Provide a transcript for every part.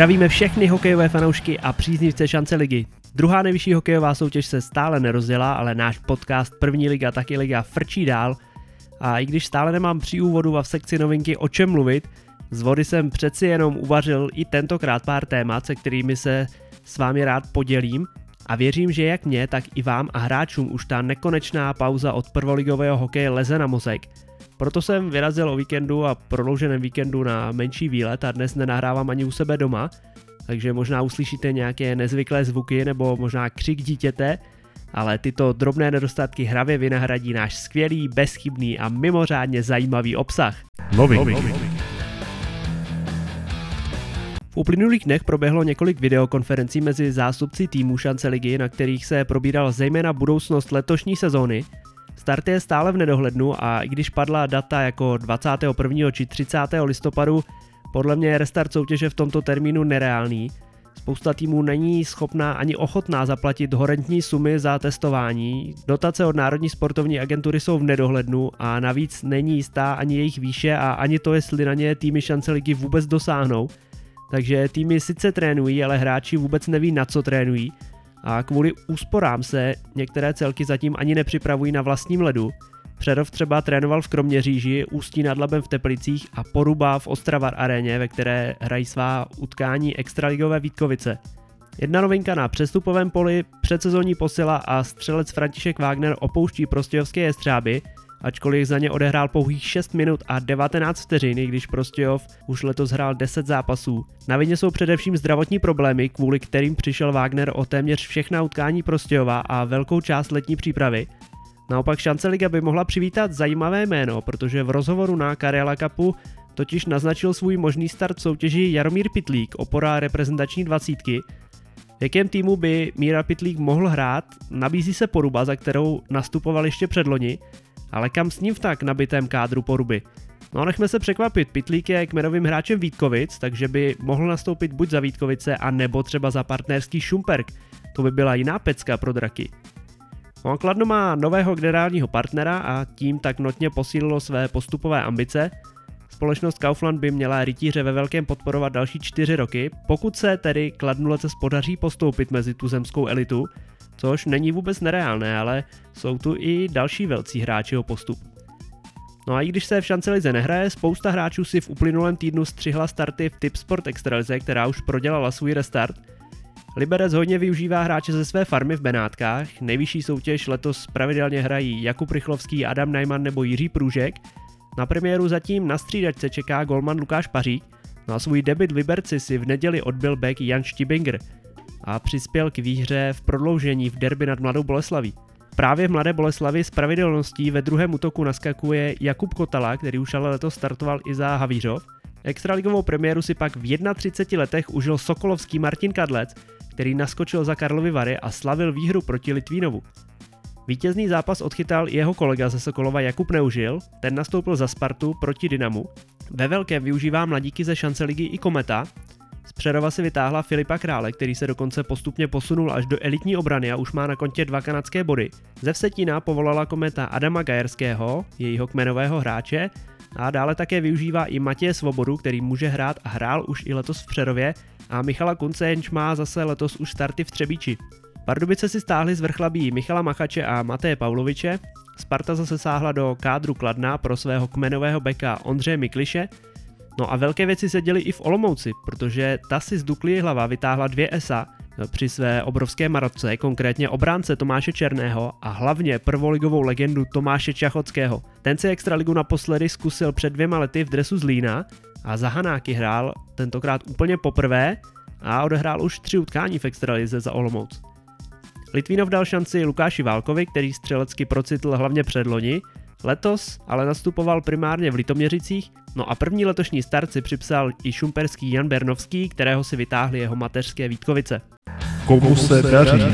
Zdravíme všechny hokejové fanoušky a příznivce šance ligy. Druhá nejvyšší hokejová soutěž se stále nerozdělá, ale náš podcast První liga taky liga frčí dál. A i když stále nemám při úvodu a v sekci novinky o čem mluvit, z vody jsem přeci jenom uvařil i tentokrát pár témat, se kterými se s vámi rád podělím. A věřím, že jak mě, tak i vám a hráčům už ta nekonečná pauza od prvoligového hokeje leze na mozek. Proto jsem vyrazil o víkendu a prodlouženém víkendu na menší výlet a dnes nenahrávám ani u sebe doma, takže možná uslyšíte nějaké nezvyklé zvuky nebo možná křik dítěte, ale tyto drobné nedostatky hravě vynahradí náš skvělý, bezchybný a mimořádně zajímavý obsah. V uplynulých dnech proběhlo několik videokonferencí mezi zástupci týmů šance ligy, na kterých se probíral zejména budoucnost letošní sezóny. Start je stále v nedohlednu a i když padla data jako 21. či 30. listopadu, podle mě je restart soutěže v tomto termínu nereálný. Spousta týmů není schopná ani ochotná zaplatit horentní sumy za testování, dotace od Národní sportovní agentury jsou v nedohlednu a navíc není jistá ani jejich výše a ani to, jestli na ně týmy šance ligy vůbec dosáhnou. Takže týmy sice trénují, ale hráči vůbec neví, na co trénují. A kvůli úsporám se některé celky zatím ani nepřipravují na vlastním ledu. Přerov třeba trénoval v Kroměříži, Ústí nad Labem v Teplicích a Poruba v Ostravar aréně, ve které hrají svá utkání extraligové Vítkovice. Jedna novinka na přestupovém poli, předsezonní posila a střelec František Wagner opouští Prostějovské Jestřáby, ačkoliv za ně odehrál pouhých 6 minut a 19 vteřin, i když Prostějov už letos hrál 10 zápasů. Na vině jsou především zdravotní problémy, kvůli kterým přišel Wagner o téměř všechna utkání Prostějova a velkou část letní přípravy. Naopak šance liga by mohla přivítat zajímavé jméno, protože v rozhovoru na Karjala Cupu totiž naznačil svůj možný start v soutěži Jaromír Pytlík, opora reprezentační 20. V jakém týmu by Míra Pytlík mohl hrát, nabízí se Poruba, za kterou nastupoval ještě předloni, ale kam s ním v tak nabitém kádru Poruby? No nechme se překvapit, Pytlík je kmenovým hráčem Vítkovic, takže by mohl nastoupit buď za Vítkovice, a nebo třeba za partnerský Šumperk. To by byla jiná pecka pro draky. No, Kladno má nového generálního partnera a tím tak notně posílilo své postupové ambice. Společnost Kaufland by měla rytíře ve velkém podporovat další 4 roky, pokud se tedy Kladnu letos podaří postoupit mezi tu zemskou elitu, což není vůbec nereálné, ale jsou tu i další velcí hráči o postup. No a i když se v šance lize nehraje, spousta hráčů si v uplynulém týdnu střihla starty v Tipsport Extralize, která už prodělala svůj restart. Liberec hodně využívá hráče ze své farmy v Benátkách, nejvyšší soutěž letos pravidelně hrají Jakub Rychlovský, Adam Najman nebo Jiří Průžek. Na premiéru zatím na střídačce čeká golman Lukáš Pařík, no a svůj debut v Liberci si v neděli odbyl back Jan Štibinger a přispěl k výhře v prodloužení v derby nad Mladou Boleslaví. Právě v Mladé Boleslavi s pravidelností ve druhém útoku naskakuje Jakub Kotala, který už ale letos startoval i za Havířov. Extraligovou premiéru si pak v 31 letech užil sokolovský Martin Kadlec, který naskočil za Karlovy Vary a slavil výhru proti Litvínovu. Vítězný zápas odchytal i jeho kolega ze Sokolova Jakub Neužil, ten nastoupil za Spartu proti Dynamu. Ve velkém využívá mladíky ze šance ligy i Kometa. Z Přerova si vytáhla Filipa Krále, který se dokonce postupně posunul až do elitní obrany a už má na kontě 2 kanadské body. Ze Vsetína povolala Kometa Adama Gajerského, jejího kmenového hráče, a dále také využívá i Matěje Svobodu, který může hrát a hrál už i letos v Přerově, a Michala Kunce, jenž má zase letos už starty v Třebíči. Pardubice si stáhli z vrchlabí Michala Machače a Mateje Pavloviče, Sparta zase sáhla do kádru Kladna pro svého kmenového beka Ondřeje Mikliše, no a velké věci se děly i v Olomouci, protože ta si z Dukly Jihlava vytáhla 2 ESA při své obrovské marotce, konkrétně obránce Tomáše Černého a hlavně prvoligovou legendu Tomáše Čachockého. Ten si extraligu naposledy zkusil před 2 lety v dresu Zlína a za Hanáky hrál tentokrát úplně poprvé a odehrál už 3 utkání v extralize za Olomouc. Litvínov dal šanci Lukáši Válkovi, který střelecky procitl hlavně předloni, letos ale nastupoval primárně v Litoměřicích, no a první letošní start si připsal i šumperský Jan Bernovský, kterého si vytáhli jeho mateřské Vítkovice. Komu se daří?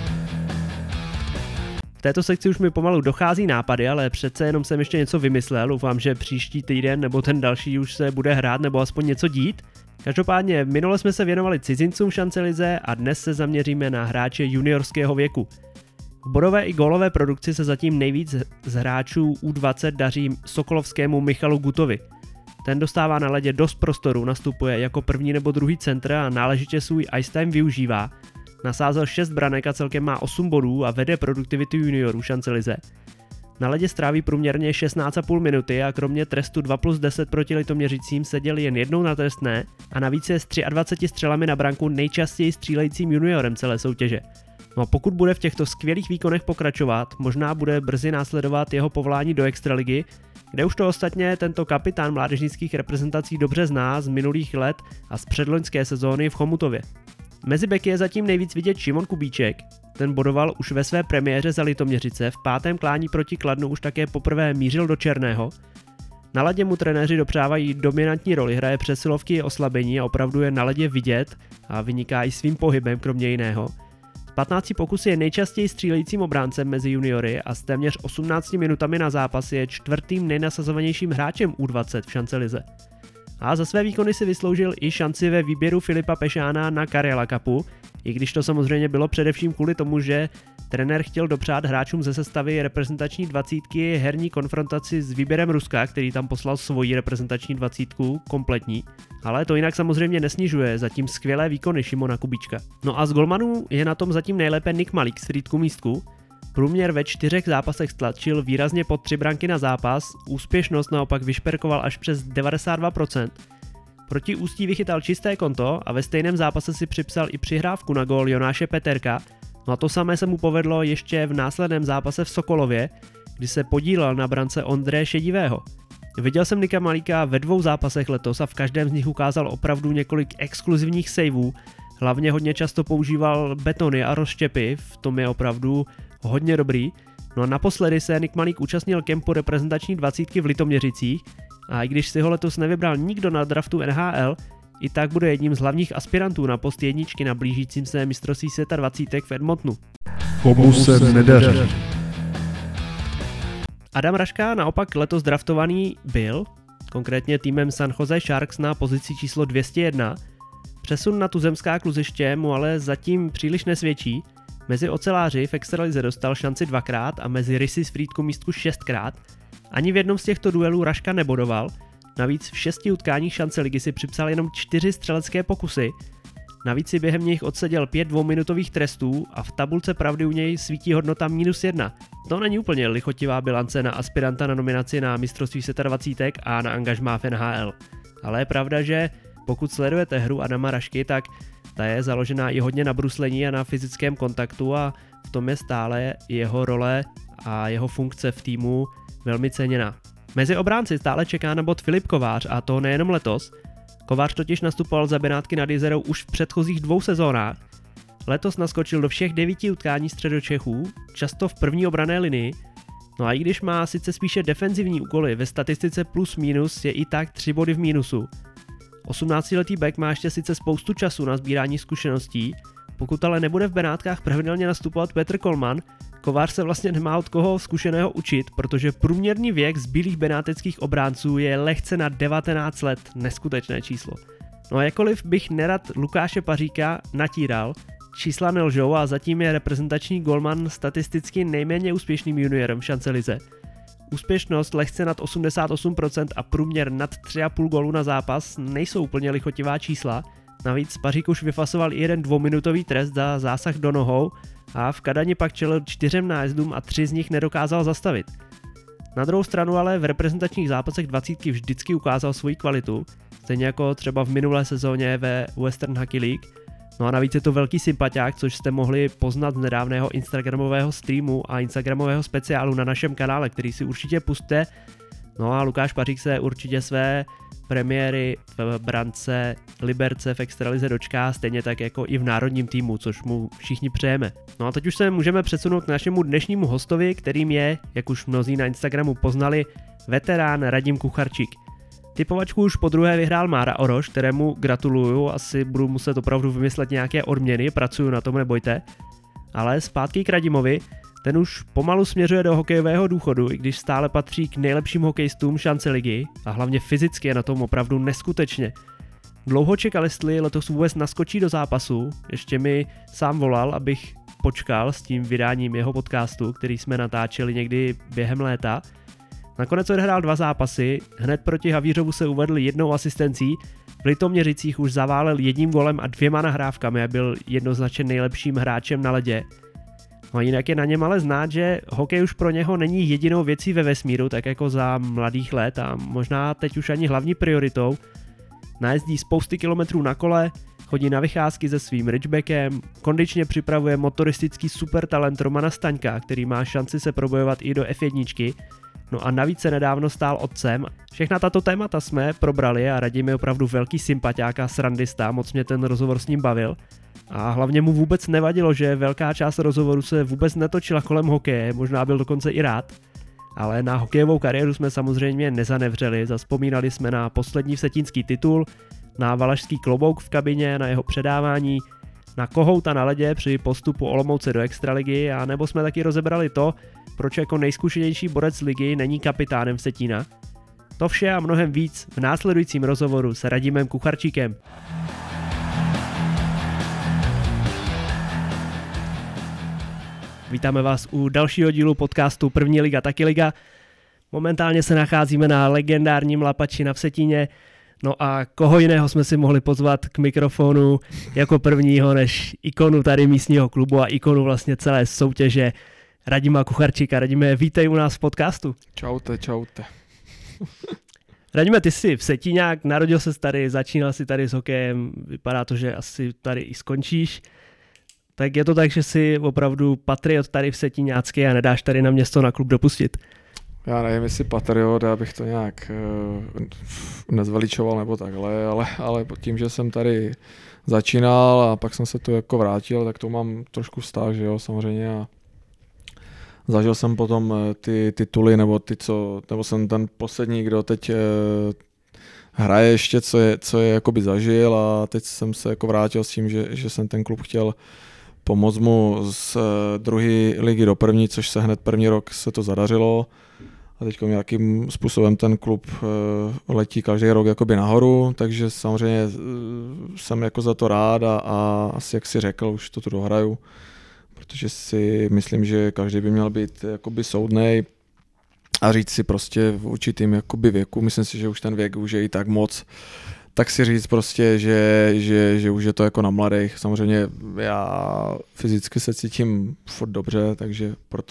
V této sekci už mi pomalu dochází nápady, ale přece jenom jsem ještě něco vymyslel, doufám, že příští týden nebo ten další už se bude hrát nebo aspoň něco dít. Každopádně minule jsme se věnovali cizincům v šance lize a dnes se zaměříme na hráče juniorského věku. V bodové i gólové produkci se zatím nejvíc z hráčů U20 daří sokolovskému Michalu Gutovi. Ten dostává na ledě dost prostoru, nastupuje jako první nebo druhý centr a náležitě svůj ice time využívá. Nasázel 6 branek a celkem má 8 bodů a vede produktivitu juniorů Champs-Élysées. Na ledě stráví průměrně 16,5 minuty a kromě trestu 2+10 proti Litoměřicím seděl jen jednou na trestné a navíc je s 23 střelami na branku nejčastěji střílejícím juniorem celé soutěže. No a pokud bude v těchto skvělých výkonech pokračovat, možná bude brzy následovat jeho povolání do extraligy, kde už to ostatně tento kapitán mládežnických reprezentací dobře zná z minulých let a z předloňské sezóny v Chomutově. Mezi beky je zatím nejvíc vidět Šimon Kubíček, ten bodoval už ve své premiéře za Litoměřice, v 5. klání proti Kladnu už také poprvé mířil do černého. Na ledě mu trenéři dopřávají dominantní roli, hraje přesilovky i oslabení a opravdu je na ledě vidět a vyniká i svým pohybem kromě jiného. Z 15 pokusy je nejčastěji střílejícím obráncem mezi juniory a s téměř 18 minutami na zápas je 4. nejnasazovanějším hráčem U20 v Champs-Élysées. A za své výkony si vysloužil i šanci ve výběru Filipa Pešána na Karela Cupu, i když to samozřejmě bylo především kvůli tomu, že trenér chtěl dopřát hráčům ze sestavy reprezentační 20 herní konfrontaci s výběrem Ruska, který tam poslal svoji reprezentační 20 kompletní, ale to jinak samozřejmě nesnižuje zatím skvělé výkony Šimona Kubíčka. No a z golmanů je na tom zatím nejlépe Nick Malík z Frýdku Místku. Průměr ve 4 zápasech stlačil výrazně pod 3 branky na zápas, úspěšnost naopak vyšperkoval až přes 92%. Proti Ústí vychytal čisté konto a ve stejném zápase si připsal i přihrávku na gól Jonáše Peterka, no a to samé se mu povedlo ještě v následném zápase v Sokolově, kdy se podílel na brance Ondřeje Šedivého. Viděl jsem Nicka Malíka ve 2 zápasech letos a v každém z nich ukázal opravdu několik exkluzivních saveů, hlavně hodně často používal betony a rozštěpy, v tom je opravdu hodně dobrý. No a naposledy se Nick Malík účastnil kempu reprezentační 20 v Litoměřicích a i když si ho letos nevybral nikdo na draftu NHL, i tak bude jedním z hlavních aspirantů na post jedničky na blížícím se mistrovství světa 20 v Edmontonu. Komu se nedaří. Adam Raška naopak letos draftovaný byl, konkrétně týmem San Jose Sharks na pozici číslo 201. Přesun na tuzemská kluziště mu ale zatím příliš nesvědčí. Mezi oceláři v extralize dostal šanci 2krát a mezi rysy z Frýdku Místku 6krát. Ani v jednom z těchto duelů Raška nebodoval, navíc v 6 utkáních šance ligy si připsal jenom 4 střelecké pokusy. Navíc si během nich odseděl 5 dvouminutových trestů a v tabulce pravdy u něj svítí hodnota -1. To není úplně lichotivá bilance na aspiranta na nominaci na mistrovství světa 20 a na angažmá v NHL. Ale je pravda, že pokud sledujete hru Adama Rašky, tak ta je založená i hodně na bruslení a na fyzickém kontaktu a v tom je stále jeho role a jeho funkce v týmu velmi ceněná. Mezi obránci stále čeká na bod Filip Kovář a to nejenom letos. Kovář totiž nastupoval za Benátky nad Jizerou už v předchozích 2 sezónách. Letos naskočil do všech 9 utkání Středočechů, často v první obranné linii. No a i když má sice spíše defenzivní úkoly, ve statistice plus minus je i tak 3 body v mínusu. 18letý back má ještě sice spoustu času na sbírání zkušeností, pokud ale nebude v Benátkách pravidelně nastupovat Petr Kolman, Kovář se vlastně nemá od koho zkušeného učit, protože průměrný věk zbylých benáteckých obránců je lehce na 19 let, neskutečné číslo. No a jakkoliv bych nerad Lukáše Paříka natíral, čísla nelžou a zatím je reprezentační golman statisticky nejméně úspěšným juniorem v Champs-Élysées. Úspěšnost lehce nad 88% a průměr nad 3,5 gólu na zápas nejsou úplně lichotivá čísla. Navíc Pařík už vyfasoval i jeden 2minutový trest za zásah do nohou a v Kadani pak čelil 4 nájezdům a 3 z nich nedokázal zastavit. Na druhou stranu ale v reprezentačních zápasech 20 vždycky ukázal svoji kvalitu, stejně jako třeba v minulé sezóně ve Western Hockey League. No a navíc je to velký sympatiák, což jste mohli poznat z nedávného instagramového streamu a instagramového speciálu na našem kanále, který si určitě pusťte. No a Lukáš Pařík se určitě své premiéry v brance Liberce v extralize dočká, stejně tak jako i v národním týmu, což mu všichni přejeme. No a teď už se můžeme přesunout k našemu dnešnímu hostovi, kterým je, jak už mnozí na Instagramu poznali, veterán Radim Kucharčík. Typovačku už podruhé vyhrál Mára Oroš, kterému gratuluju, asi budu muset opravdu vymyslet nějaké odměny, pracuju na tom, nebojte. Ale zpátky k Radimovi, ten už pomalu směřuje do hokejového důchodu, i když stále patří k nejlepším hokejistům šance ligy a hlavně fyzicky je na tom opravdu neskutečně. Dlouho čekal, jestli letos vůbec naskočí do zápasu, ještě mi sám volal, abych počkal s tím vydáním jeho podcastu, který jsme natáčeli někdy během léta. Nakonec odehrál 2 zápasy, hned proti Havířovu se uvedl 1 asistencí, v Litoměřicích už zaválel 1 golem a 2 nahrávkami a byl jednoznačně nejlepším hráčem na ledě. No jinak je na něm ale znát, že hokej už pro něho není jedinou věcí ve vesmíru, tak jako za mladých let a možná teď už ani hlavní prioritou. Najezdí spousty kilometrů na kole, chodí na vycházky se svým ridgebackem, kondičně připravuje motoristický supertalent Romana Staňka, který má šanci se probojovat i do F1. No a navíc se nedávno stál otcem. Všechna tato témata jsme probrali a Radim je opravdu velký sympatiák a srandista, moc mě ten rozhovor s ním bavil. A hlavně mu vůbec nevadilo, že velká část rozhovoru se vůbec netočila kolem hokeje, možná byl dokonce i rád. Ale na hokejovou kariéru jsme samozřejmě nezanevřeli, zazpomínali jsme na poslední vsetínský titul, na valašský klobouk v kabině, na jeho předávání, na kohouta na ledě při postupu Olomouce do extraligy a nebo jsme taky rozebrali to, proč jako nejzkušenější borec ligy není kapitánem Vsetína. To vše a mnohem víc v následujícím rozhovoru s Radimem Kucharčíkem. Vítáme vás u dalšího dílu podcastu První liga taky liga. Momentálně se nacházíme na legendárním Lapači na Vsetíně. No a koho jiného jsme si mohli pozvat k mikrofonu jako prvního než ikonu tady místního klubu a ikonu vlastně celé soutěže Radima Kucharčíka. Radime, vítej u nás v podcastu. Čaute. Radime, ty jsi Vsetíňák, narodil ses tady, začínal si tady s hokejem, vypadá to, že asi tady i skončíš. Tak je to tak, že jsi opravdu patriot tady vsetíňácký a nedáš tady na město na klub dopustit? Já nevím, jestli patriot, já bych to nějak nezveličoval nebo takhle, ale tím, že jsem tady začínal a pak jsem se tu jako vrátil, tak to mám trošku vztah, že jo, samozřejmě. A zažil jsem potom ty tituly, nebo jsem ten poslední, kdo teď hraje ještě, co je jakoby zažil, a teď jsem se jako vrátil s tím, že jsem ten klub chtěl pomoct mu z druhé ligy do první, což se hned první rok se to zadařilo. A teď nějakým způsobem ten klub letí každý rok jakoby nahoru, takže samozřejmě jsem jako za to rád a asi, jak si řekl, už to tu dohraju, protože si myslím, že každý by měl být jakoby soudnej a říct si prostě v určitým jakoby věku, myslím si, že už ten věk už je i tak moc, tak si říct prostě, že už je to jako na mladých. Samozřejmě já fyzicky se cítím furt dobře, takže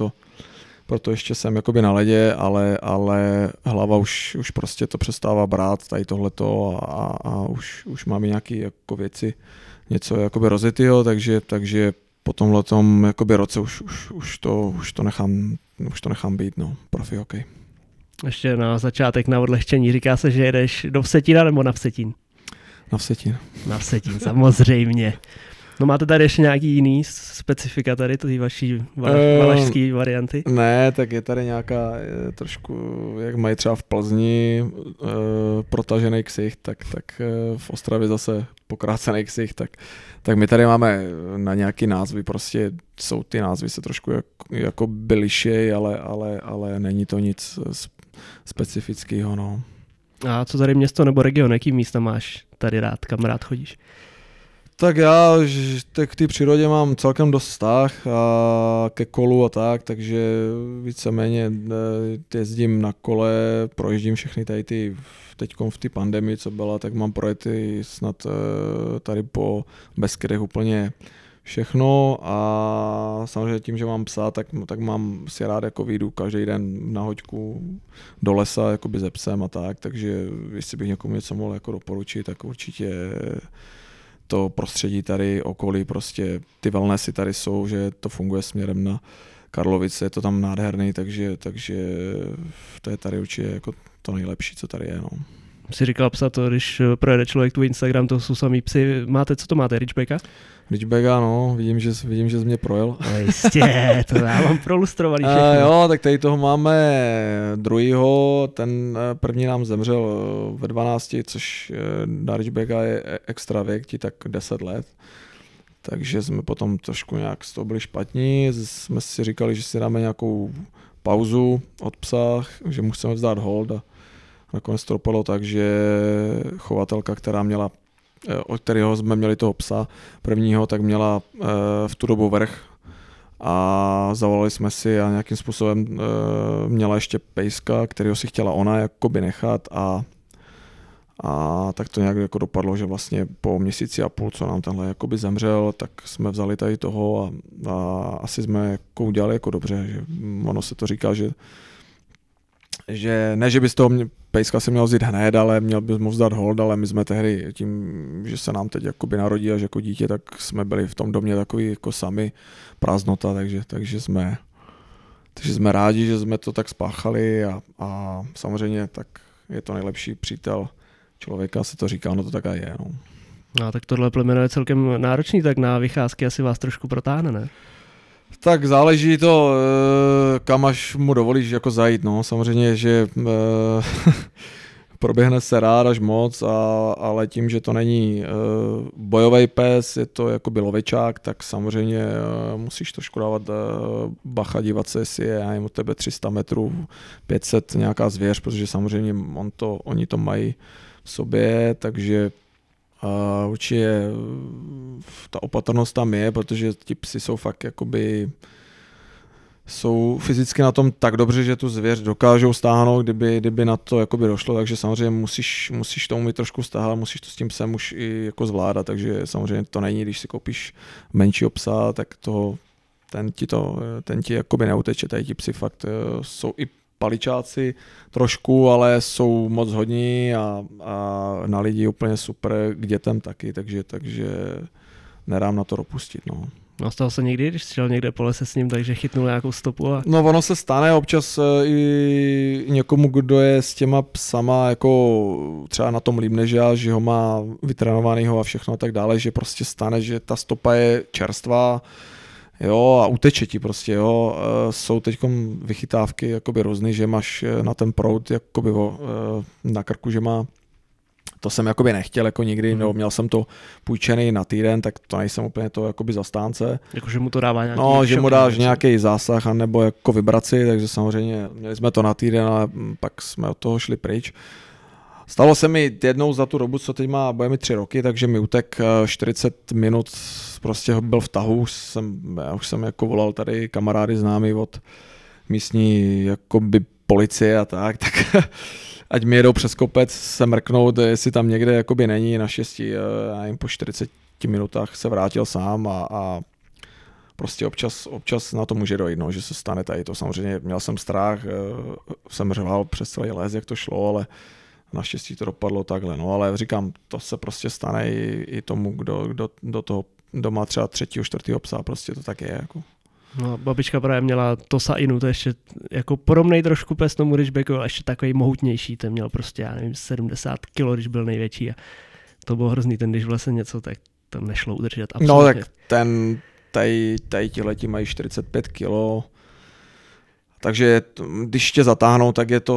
proto ještě jsem jakoby na ledě, ale hlava už prostě to přestává brát tady tohleto a už máme nějaké jako věci, něco jakoby rozjetýho, takže po tomhletom jakoby roce už to nechám být, no, profi hokej. Ještě na začátek, na odlehčení, říká se, že jedeš do Vsetína nebo na Vsetín? Na Vsetín. Na Vsetín, samozřejmě. No máte tady ještě nějaký jiný specifika tady, ty vaší valašské varianty? Ne, tak je tady nějaká trošku, jak mají třeba v Plzni protažený ksicht, tak v Ostravě zase pokrácený ksicht, tak my tady máme na nějaký názvy, prostě jsou ty názvy se trošku jako lišej, ale není to nic specifického, no. A co tady město nebo region, jaký místa máš tady rád, kam rád chodíš? Tak já k té přírodě mám celkem dost vztah a ke kolu a tak, takže víceméně jezdím na kole, projíždím všechny tady teďkom v té pandemii, co byla, tak mám projety snad tady po Beskydech úplně všechno a samozřejmě tím, že mám psa, tak mám si rád jako vyjdu každý den na hoďku do lesa jakoby se psem a tak, takže jestli bych někomu něco mohl jako doporučit, tak určitě to prostředí tady okolí, prostě ty wellnessy tady jsou, že to funguje směrem na Karlovice, je to tam nádherný, takže to je tady určitě jako to nejlepší, co tady je, no. Jsi říkal psa to, když projede člověk tvůj Instagram, to jsou samý psy. Co to máte, Ridgebacka? Ridgebacka, no, vidím, že jsi mě projel. No jistě, to já mám prolustrovaný všechno. Jo, tak tady toho máme druhýho, ten první nám zemřel ve 12, což na Ridgebacka je extra věk, tak 10 let. Takže jsme potom trošku nějak z toho byli špatní, jsme si říkali, že si dáme nějakou pauzu od psa, že mu chceme vzdát hold a nakonec to dopadlo tak, že chovatelka, která měla, od kterého jsme měli toho psa prvního, tak měla v tu dobu vrch a zavolali jsme si a nějakým způsobem měla ještě pejska, kterého si chtěla ona jakoby nechat a tak to nějak jako dopadlo, že vlastně po měsíci a půl, co nám tenhle jakoby zemřel, tak jsme vzali tady toho a asi jsme jako udělali jako dobře, že ono se to říká, že ne, že by z toho pejska se měl vzít hned, ale měl by mu vzdat hold, ale my jsme tehdy tím, že se nám teď jakoby narodí až jako dítě, tak jsme byli v tom domě takový jako sami prázdnota, takže jsme rádi, že jsme to tak spáchali a samozřejmě tak je to nejlepší přítel člověka, se to říká, no to tak a je. No. No tak tohle plemeno je celkem náročný, tak na vycházky asi vás trošku protáhne, ne? Tak záleží to, kam až mu dovolíš jako zajít, no. Samozřejmě, že proběhne se rád až moc, ale tím, že to není bojový pes, je to jakoby lovičák, tak samozřejmě musíš trošku dávat bacha, dívat se, jestli je od tebe 300 metrů, 500 nějaká zvěř, protože samozřejmě oni to mají v sobě, takže určitě ta opatrnost tam je, protože ti psi jsou fakt jakoby jsou fyzicky na tom tak dobře, že tu zvěř dokážou stáhnout, kdyby na to jakoby došlo, takže samozřejmě musíš tomu mít trošku stáhat, musíš to s tím psem už i jako zvládat, takže samozřejmě to není, když si koupíš menšího psa, tak ten ti jakoby neuteče, tady ti psi fakt jsou i paličáci trošku, ale jsou moc hodní a na lidi úplně super, k dětem taky, takže nedám na to dopustit. No stalo se někdy, když šel někde po lese s ním, takže chytnul nějakou stopu? No ono se stane občas i někomu, kdo je s těma psama jako třeba na tom líbne, že ho má vytrénovanýho a všechno a tak dále, že prostě stane, že ta stopa je čerstvá, jo, a uteče ti prostě, jo. Jsou teďkom vychytávky jakoby různý, že máš na ten proud jakoby na krku, že má, to jsem jakoby nechtěl jako nikdy, nebo měl jsem to půjčený na týden, tak to nejsem úplně to jakoby zastánce. Jakože mu to dává nějaký šok, že mu dáš nějaký zásah anebo jako vibraci, takže samozřejmě měli jsme to na týden, ale pak jsme od toho šli pryč. Stalo se mi jednou za tu dobu, co teď bude mi 3 roky, takže mi utek 40 minut, prostě byl v tahu, já už jsem jako volal tady kamarády známý od místní jakoby policie a tak ať mi jedou přes kopec se mrknout, jestli tam někde jakoby není, naštěstí já jim po 40 minutách se vrátil sám a prostě občas na to může dojít, no, že se stane tady to. Samozřejmě měl jsem strach, jsem řval přes celý les, jak to šlo, ale naštěstí to dopadlo takhle. No, ale říkám, to se prostě stane i tomu, kdo do toho doma třeba 3., 4. psa, prostě to tak je. Jako. No, babička právě měla Tosa Inu, to ještě jako podobnej trošku pes tomu Ridgebacku, ale ještě takový mohutnější, ten měl prostě, já nevím, 70 kg, když byl největší a to bylo hrozný, ten když v lese něco, tak to nešlo udržet absolutně. No tak tady tihleti mají 45 kg, takže když tě zatáhnou, tak je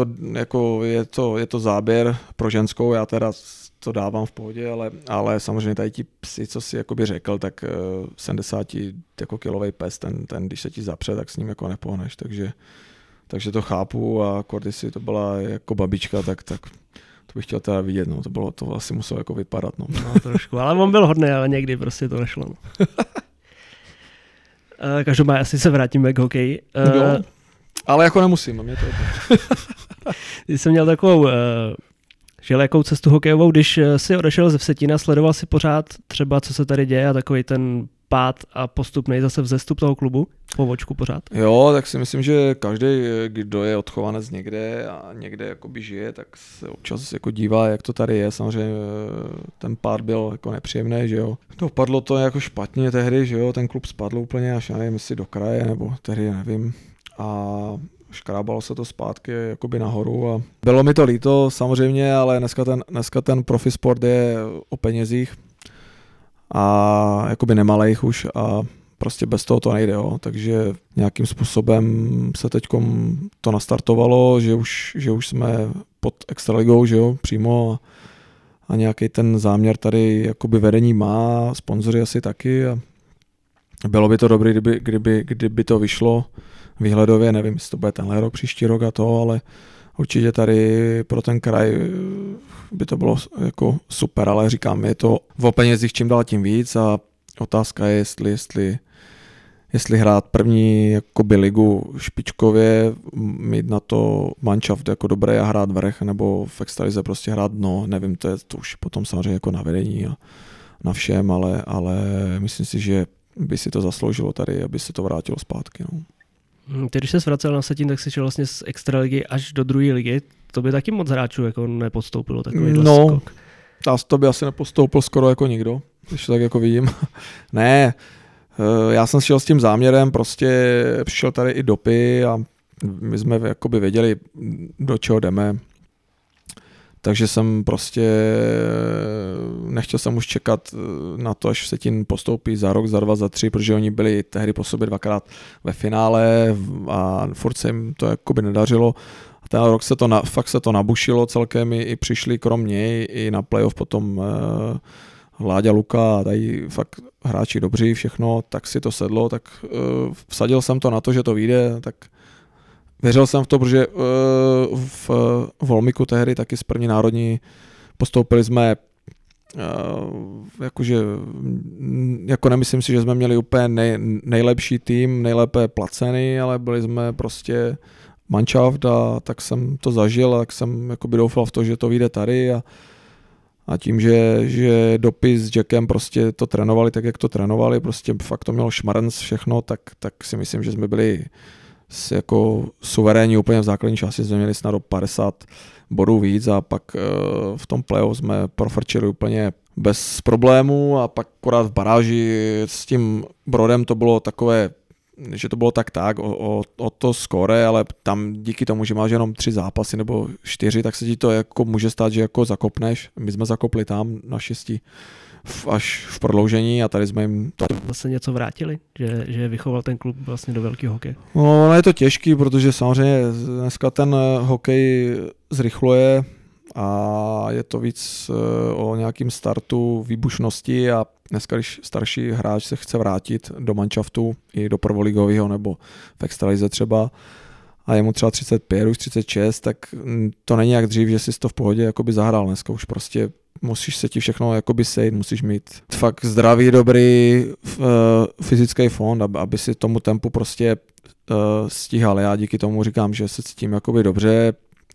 to záběr pro ženskou, já teda to dávám v pohodě, ale samozřejmě tady ti psi, co si jakoby řekl, tak 70 jako kilový pes, ten když se ti zapře, tak s ním jako nepohneš, takže to chápu a když si to byla jako babička, tak to bych chtěl teda vidět, no, to asi muselo jako vypadat. No. No trošku, ale on byl hodný, ale někdy prostě to nešlo. No. Každopádně asi se vrátíme k hokeji. Ale jako nemusím, mě to Ty jsem měl takovou želekou cestu hokejovou, když si odešel ze Vsetína, sledoval si pořád třeba, co se tady děje a takový ten pád a postupný zase vzestup toho klubu po vočku pořád? Jo, tak si myslím, že každý, kdo je odchovanec někde a někde jakoby žije, tak se občas jako dívá, jak to tady je. Samozřejmě ten pád byl jako nepříjemný, že jo. Dopadlo to jako špatně tehdy, že jo, ten klub spadl úplně až, nevím, jestli do kraje, nebo tehdy nevím. A škrábalo se to zpátky jakoby nahoru a bylo mi to líto samozřejmě, ale dneska ten profisport je o penězích a jakoby nemalejch už a prostě bez toho to nejde, jo. Takže nějakým způsobem se teďkom to nastartovalo, že už jsme pod extraligou, že jo, přímo a nějaký ten záměr tady jakoby vedení má, sponzoři asi taky a bylo by to dobré, kdyby to vyšlo výhledově, nevím, jestli to bude tenhle rok, příští rok a to, ale určitě tady pro ten kraj by to bylo jako super, ale říkám, je to o penězích čím dál tím víc a otázka je, jestli hrát první jakoby ligu špičkově, mít na to manšaft jako dobré a hrát vrch, nebo v extralize prostě hrát dno, nevím, to už potom samozřejmě jako na vedení a na všem, ale myslím si, že by si to zasloužilo tady, aby se to vrátilo zpátky. No. Ty, když se vracel na Vsetín, tak si šel vlastně z extraligy až do druhé ligy. To by taky moc hráčů jako nepodstoupilo takový skok. To by asi nepostoupil skoro jako nikdo, když tak jako vidím. Ne, já jsem šel s tím záměrem, prostě přišel tady i dopy a my jsme jakoby věděli, do čeho jdeme. Takže jsem prostě nechtěl jsem už čekat na to, až Vsetín postoupí za rok, za 2, za 3, protože oni byli tehdy po sobě 2krát ve finále a furt se jim to jakoby nedařilo. A ten rok fakt se to nabušilo celkem, i přišli krom něj i na playoff potom Láďa, Luka a tady fakt hráči dobří, všechno, tak si to sedlo, tak vsadil jsem to na to, že to vyjde, tak věřil jsem v to, protože v Olmiku tehdy taky z první národní postoupili jsme, jakože, jako nemyslím si, že jsme měli úplně nejlepší tým, nejlépe placený, ale byli jsme prostě manšaft a tak jsem to zažil a tak jsem jakoby doufal v to, že to vyjde tady a tím, že Dopy s Jackem prostě to trénovali tak, jak to trénovali, prostě fakt to mělo šmarnc všechno, tak si myslím, že jsme byli jako suverénní úplně v základní části, jsme měli snad o 50 bodů víc a pak v tom playoff jsme profrčili úplně bez problémů a pak akorát v baráži s tím Brodem to bylo takové, že to bylo tak o to skóre, ale tam díky tomu, že máš jenom 3 zápasy nebo 4, tak se ti to jako může stát, že jako zakopneš. My jsme zakopli tam naštěstí až v prodloužení a tady jsme jim to vlastně něco vrátili, že vychoval ten klub vlastně do velkého hokeje. No, je to těžký, protože samozřejmě dneska ten hokej zrychluje a je to víc o nějakým startu výbušnosti a dneska, když starší hráč se chce vrátit do manšaftu i do prvoligového nebo v extralize třeba a je mu třeba 35, už 36, tak to není jak dřív, že jsi to v pohodě jakoby zahrál. Dneska už prostě musíš se ti všechno jakoby sejít, musíš mít fakt zdravý, dobrý fyzický fond, aby si tomu tempu prostě stíhal. Já díky tomu říkám, že se cítím jakoby dobře,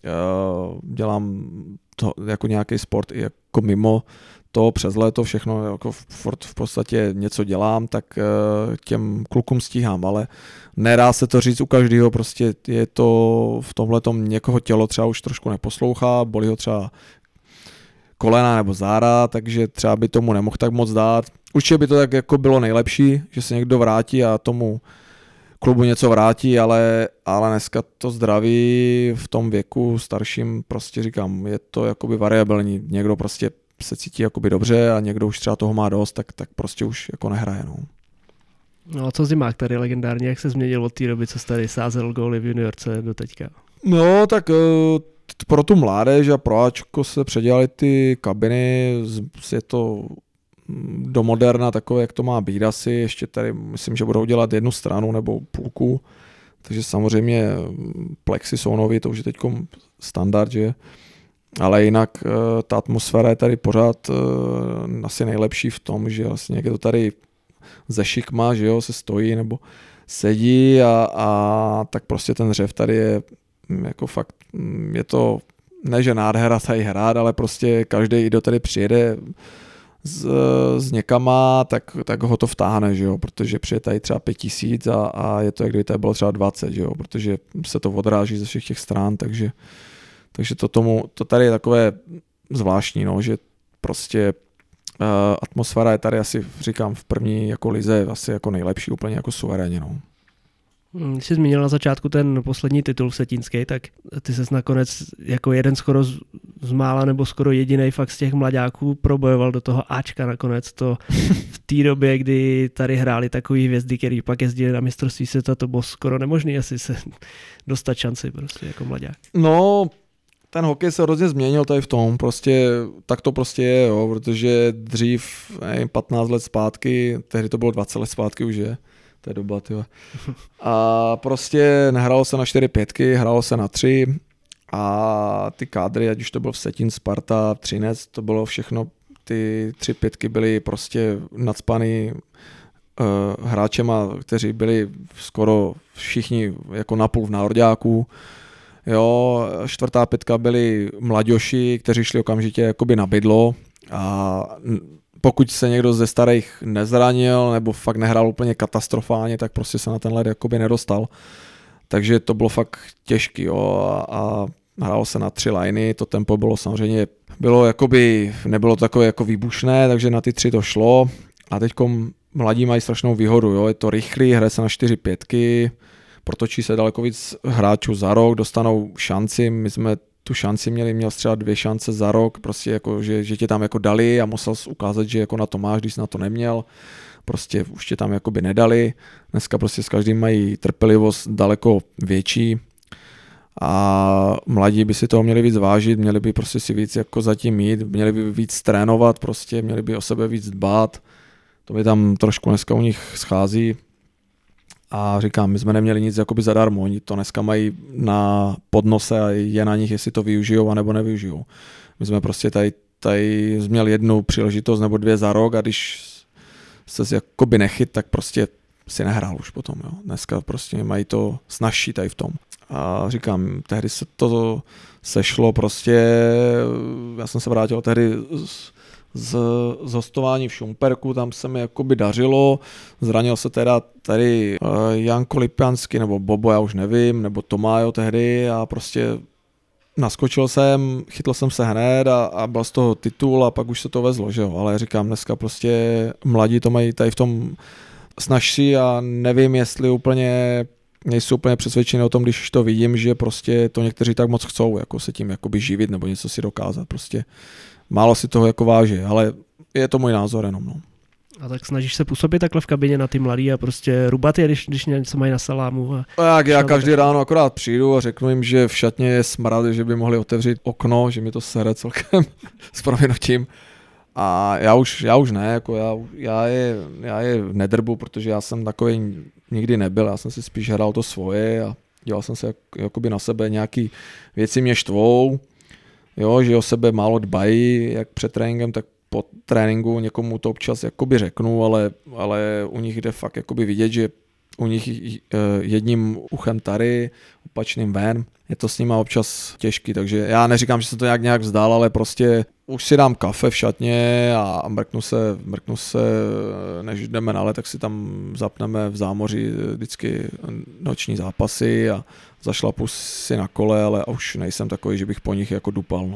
dělám to jako nějaký sport i jako mimo to přes léto všechno, jako v podstatě něco dělám, tak těm klukům stíhám, ale nedá se to říct u každého, prostě je to v tomhletom někoho tělo třeba už trošku neposlouchá, bolí ho třeba kolena nebo záda, takže třeba by tomu nemohl tak moc dát. Určitě by to tak jako bylo nejlepší, že se někdo vrátí a tomu klubu něco vrátí, ale dneska to zdraví v tom věku starším, prostě říkám, je to jakoby variabilní. Někdo prostě se cítí jakoby dobře a někdo už třeba toho má dost, tak prostě už jako nehraje. No a co Zimák tady legendárně, jak se změnil od té doby, co jsi tady sázel góly v juniorce do teďka? No tak pro tu mládež a pro Ačko se předělaly ty kabiny, je to do moderna takové, jak to má být asi, ještě tady myslím, že budou dělat jednu stranu nebo půlku, takže samozřejmě plexy jsou nový, to už je teď standard, že? Ale jinak ta atmosféra je tady pořád asi nejlepší v tom, že vlastně někdo tady ze šikma, že jo, se stojí nebo sedí a tak prostě ten řev tady je jako fakt, je to ne, že nádhera tady hrát, ale prostě každý, kdo tady přijede s někama, tak ho to vtáhne, že jo, protože přijde tady třeba 5000 a je to, jak kdyby tady bylo třeba 20, že jo, protože se to odráží ze všech těch stran, takže to tady je takové zvláštní, no, že prostě atmosféra je tady asi, říkám, v první jako lize asi jako nejlepší, úplně jako suverénně, no. Když jsi zmínil na začátku ten poslední titul vsetínský, tak ty ses nakonec jako jeden skoro z mála nebo skoro jedinej fakt z těch mlaďáků probojoval do toho Ačka nakonec. To v té době, kdy tady hráli takový hvězdy, který pak jezdili na mistrovství světa, to bylo skoro nemožný asi se dostat šanci prostě jako mlaďák. No, ten hokej se hrozně změnil tady v tom, prostě tak to prostě je, jo, protože dřív 15 let zpátky, tehdy to bylo 20 let zpátky už je, to je doba, tyjo. A prostě nehrálo se na 4-5, hrálo se na 3 a ty kádry, ať už to byl Vsetín, Sparta, Třinec, to bylo všechno, ty 3-5 byly prostě nacpaný hráčema, kteří byli skoro všichni jako napůl v národňáku. Jo, 4. 5. byli mladěši, kteří šli okamžitě jakoby na bydlo a pokud se někdo ze starých nezranil nebo fakt nehrál úplně katastrofálně, tak prostě se na ten led jakoby nedostal. Takže to bylo fakt těžký, jo, a hrálo se na 3 liny, to tempo bylo samozřejmě, nebylo takové jako výbušné, takže na ty 3 to šlo a teďko mladí mají strašnou výhodu, jo, je to rychlý, hraje se na 4 5, protočí se daleko víc hráčů za rok, dostanou šanci, my jsme tu šanci měl třeba 2 šance za rok, prostě jako, že tě tam jako dali a musel jsi ukázat, že jako na to máš, když jsi na to neměl, prostě už tě tam jakoby nedali, dneska prostě s každým mají trpělivost daleko větší a mladí by si toho měli víc vážit, měli by prostě si víc jako zatím mít, měli by víc trénovat prostě, měli by o sebe víc dbát, to mi tam trošku dneska u nich schází. A říkám, my jsme neměli nic jakoby zadarmo, oni to dneska mají na podnose a je na nich, jestli to využijou anebo nevyužijou. My jsme prostě tady měli 1 příležitost nebo 2 za rok a když se jakoby nechyt, tak prostě si nehrál už potom. Jo. Dneska prostě mají to snazší tady v tom. A říkám, tehdy se to sešlo prostě, já jsem se vrátil tehdy z hostování v Šumperku, tam se mi jakoby dařilo, zranil se teda tady Janko Lipjanský nebo Bobo, já už nevím, nebo Tomájo tehdy a prostě naskočil jsem, chytl jsem se hned a byl z toho titul a pak už se to vezlo, že jo, ale říkám, dneska prostě mladí to mají tady v tom snažší a nevím, jestli nejsou úplně přesvědčený o tom, když to vidím, že prostě to někteří tak moc chcou, jako se tím jakoby živit nebo něco si dokázat, prostě málo si toho jako váží, ale je to můj názor jenom. No. A tak snažíš se působit takhle v kabině na ty mladý a prostě rubat je, když něco mají na salámu. Já každý ráno akorát přijdu a řeknu jim, že v šatně je smrad, že by mohli otevřít okno, že mi to sere celkem s prominutím. A já už ne, jako já je nedrbu, protože já jsem takový nikdy nebyl, já jsem si spíš hrál to svoje a dělal jsem se jakoby na sebe, nějaký věci mě štvou, jo, že o sebe málo dbají, jak před tréninkem, tak po tréninku někomu to občas jakoby řeknu, ale u nich jde fakt jakoby vidět, že u nich jedním uchem tady, opačným ven, je to s nima občas těžký, takže já neříkám, že se to nějak vzdál, ale prostě už si dám kafe v šatně a mrknu se, než jdeme na let, tak si tam zapneme v zámoří vždycky noční zápasy a zašlapu si na kole, ale už nejsem takový, že bych po nich jako dupal.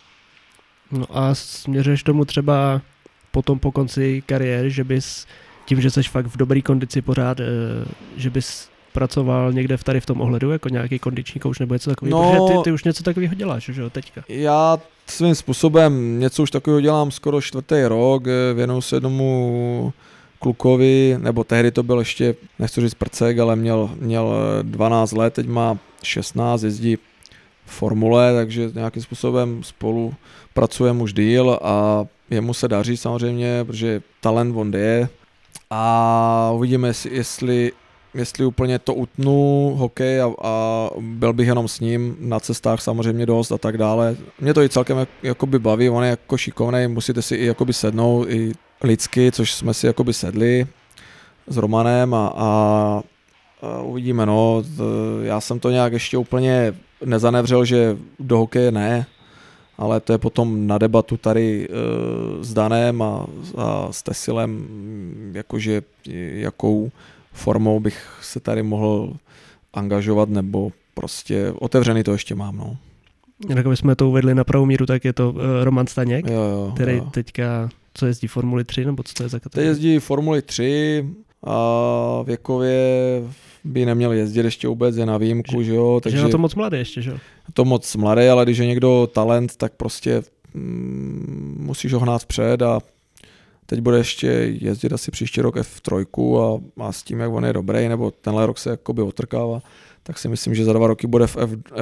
No a směřuješ tomu třeba potom po konci kariéry, že bys tím, že jsi fakt v dobré kondici pořád, že bys pracoval někde tady v tom ohledu, jako nějaký kondiční kouč nebo něco takového, protože ty už něco takového děláš, že jo, teďka. Já svým způsobem něco už takového dělám skoro 4. rok, věnuju se jednomu klukovi, nebo tehdy to byl ještě, nechci říct prcek, ale měl 12 let, teď má 16, jezdí v formule, takže nějakým způsobem spolu pracujeme už díl a jemu se daří samozřejmě, protože talent on je a uvidíme, jestli úplně to utnu hokej a byl bych jenom s ním na cestách samozřejmě dost a tak dále. Mě to i celkem jakoby baví, on je jako šikovnej, musíte si i jakoby sednout i lidsky, což jsme si jakoby sedli s Romanem a uvidíme, no. Já jsem to nějak ještě úplně nezanevřel, že do hokeje ne, ale to je potom na debatu tady s Danem a s Tesilem, jakože jakou formou bych se tady mohl angažovat, nebo prostě otevřený to ještě mám, no. Jak jsme to uvedli na pravou míru, tak je to Roman Staněk, který jo. Teďka, co jezdí Formuli 3, nebo co to je za kategorie? Teď jezdí Formuli 3 a věkově by neměl jezdit ještě vůbec, je na výjimku, že jo. Takže je na to moc mladý ještě, že jo? Je to moc mladý, ale když je někdo talent, tak prostě musíš ho hnát vpřed a teď bude ještě jezdit asi příští rok F3 a s tím, jak on je dobrý, nebo tenhle rok se jakoby otrkává, tak si myslím, že za 2 roky bude v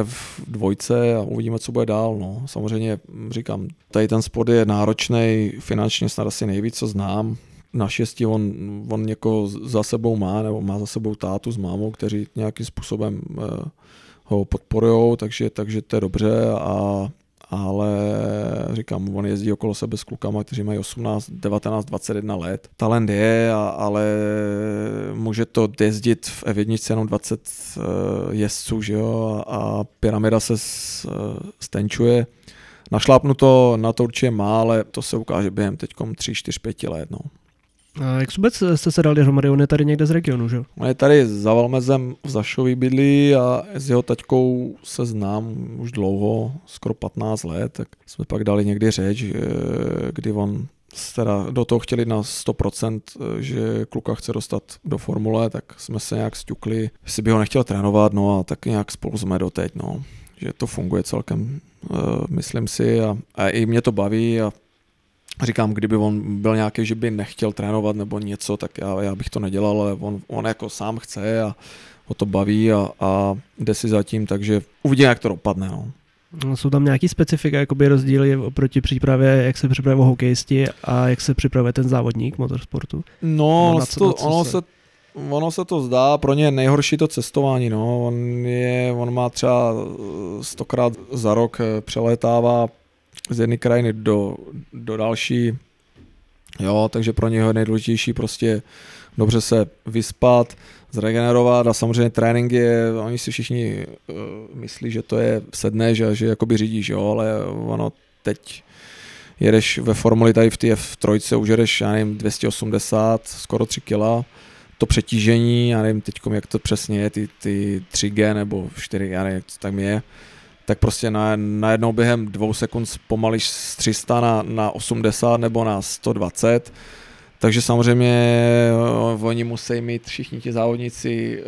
F2 a uvidíme, co bude dál. No. Samozřejmě říkám, tady ten sport je náročný, finančně snad asi nejvíc, co znám. Naštěstí on někoho za sebou má, nebo má za sebou tátu s mámou, kteří nějakým způsobem ho podporujou, takže to je dobře, ale říkám, říkám, on jezdí okolo sebe s klukama, kteří mají 18, 19, 21 let. Talent je, ale může to jezdit v F1 jenom 20 jezdců, že jo, a pyramida se stenčuje. Našlápnu to, na to určitě má, ale to se ukáže během teďkom 3, 4, 5 let. No. A jak vůbec jste se dali dohromady? On je tady někde z regionu, že jo? On je tady za Valmezem v Zašový bydlí a s jeho taťkou se znám už dlouho, skoro 15 let, tak jsme pak dali někdy řeč, kdy on teda do toho chtěli na 100%, že kluka chce dostat do formule, tak jsme se nějak sťukli, jestli by ho nechtěl trénovat, no a tak nějak spolu jsme doteď, no, že to funguje celkem, myslím si a i mě to baví a říkám, kdyby on byl nějaký, že by nechtěl trénovat nebo něco, tak já bych to nedělal, ale on jako sám chce a ho to baví a jde si zatím, takže uvidíme, jak to dopadne. No. Jsou tam nějaký specifika, jakoby rozdíly oproti přípravě, jak se připravují hokejisti a jak se připravuje ten závodník motorsportu? No, ono se to zdá, pro ně je nejhorší to cestování. No. On má třeba 100krát za rok přelétává z jedné krajiny do další, jo, takže pro něho je nejdůležitější prostě dobře se vyspat, zregenerovat a samozřejmě tréninky, oni si všichni myslí, že to je sedne, že jakoby řídíš, jo, ale ono teď jedeš ve formuli tady v té F3, už jedeš, já nevím, 280, skoro 3 kg, to přetížení, já nevím teď, jak to přesně je, ty 3G nebo 4G, já nevím, jak to tam je, tak prostě najednou během 2 sekund zpomalíš z 300 na 80 nebo na 120. Takže samozřejmě oni musí mít všichni ti závodníci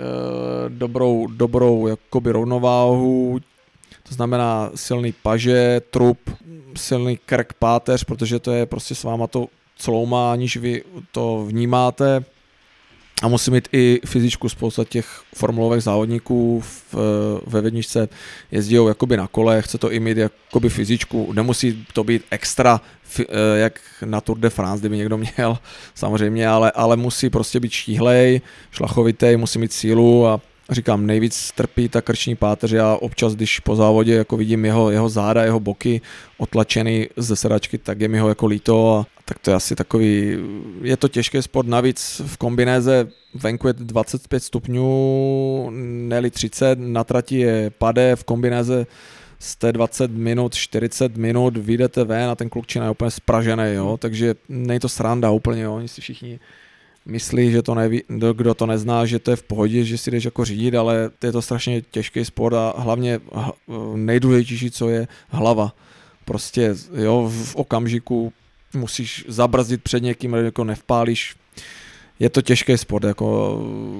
dobrou jakoby rovnováhu, to znamená silný paže, trup, silný krk, páteř, protože to je prostě s váma to cloumá, aniž vy to vnímáte. A musí mít i fyzičku, spousta těch formulových závodníků ve Vědničce jezdí jakoby na kole, chce to i mít jakoby fyzičku, nemusí to být extra jak na Tour de France, kdyby někdo měl samozřejmě, ale musí prostě být štíhlej, šlachovitej, musí mít sílu a říkám, nejvíc trpí ta krční páteř, já občas, když po závodě jako vidím jeho záda, jeho boky otlačený ze sedačky, tak je mi ho jako líto a tak to je asi takový, je to těžký sport, navíc v kombinéze venku je 25 stupňů, ne 30, na trati je pade, v kombinéze jste 20 minut, 40 minut, vyjdete ven a ten klukčina je úplně spražený, jo, takže není to sranda úplně, jo, oni si všichni myslí, že to neví, kdo to nezná, že to je v pohodě, že si jdeš jako řídit, ale to je těžký těžký sport a hlavně nejdůležitější, co je hlava. Prostě jo, v okamžiku musíš zabrzdit před někým, jako nevpálíš. Je to těžký sport, jako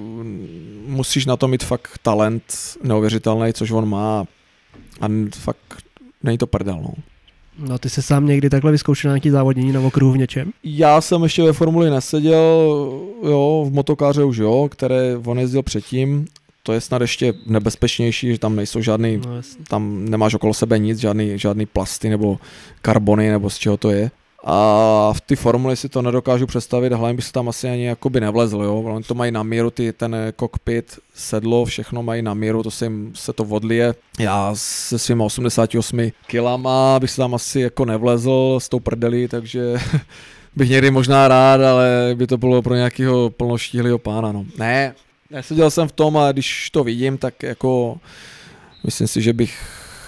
musíš na to mít fakt talent neuvěřitelný, což on má a fakt není to prdel, no. No, ty jsi sám někdy takhle vyzkoušel nějaký závodění na okruhu v něčem? Já jsem ještě ve formuli neseděl, jo, v motokáře už jo, které on jezdil předtím. To je snad ještě nebezpečnější, že tam nejsou žádný, tam nemáš okolo sebe nic, žádný plasty nebo karbony nebo z čeho to je. A v té formuli si to nedokážu představit, hlavně by se tam asi ani jakoby nevlezl, jo. Oni to mají na míru, ten kokpit, sedlo, všechno mají na míru, to se to odlije. Já se svýma 88 kilama bych se tam asi jako nevlezl s tou prdelí, takže bych někdy možná rád, ale by to bylo pro nějakého plnoštíhlého pána, no. Ne, neseděl jsem v tom a když to vidím, tak jako myslím si, že bych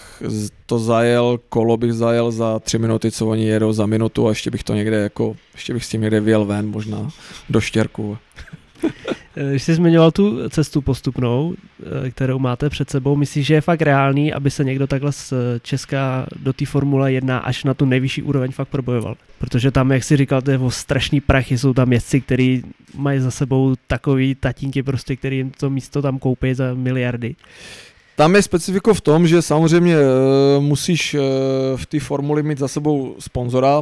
to kolo bych zajel za 3 minuty, co oni jedou za minutu a ještě bych to někde jako, ještě bych s tím někde vyjel ven, možná do Štěrku. Když jsi zmiňoval tu cestu postupnou, kterou máte před sebou, myslíš, že je fakt reálný, aby se někdo takhle z Česka do té Formule 1 až na tu nejvyšší úroveň fakt probojoval? Protože tam, jak jsi říkal, to je o strašný prachy, jsou tam jezdci, kteří mají za sebou takový tatínky, prostě, který jim to místo tam koupí za miliardy. Tam je specifiko v tom, že samozřejmě musíš v té formuli mít za sebou sponzora,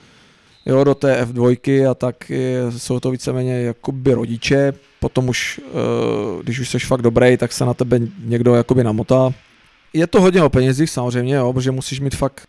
jo, do té F2 a tak jsou to víceméně jakoby rodiče, potom už, když už jsi fakt dobrý, tak se na tebe někdo jakoby namotá. Je to hodně o penězích samozřejmě, jo, protože musíš mít fakt,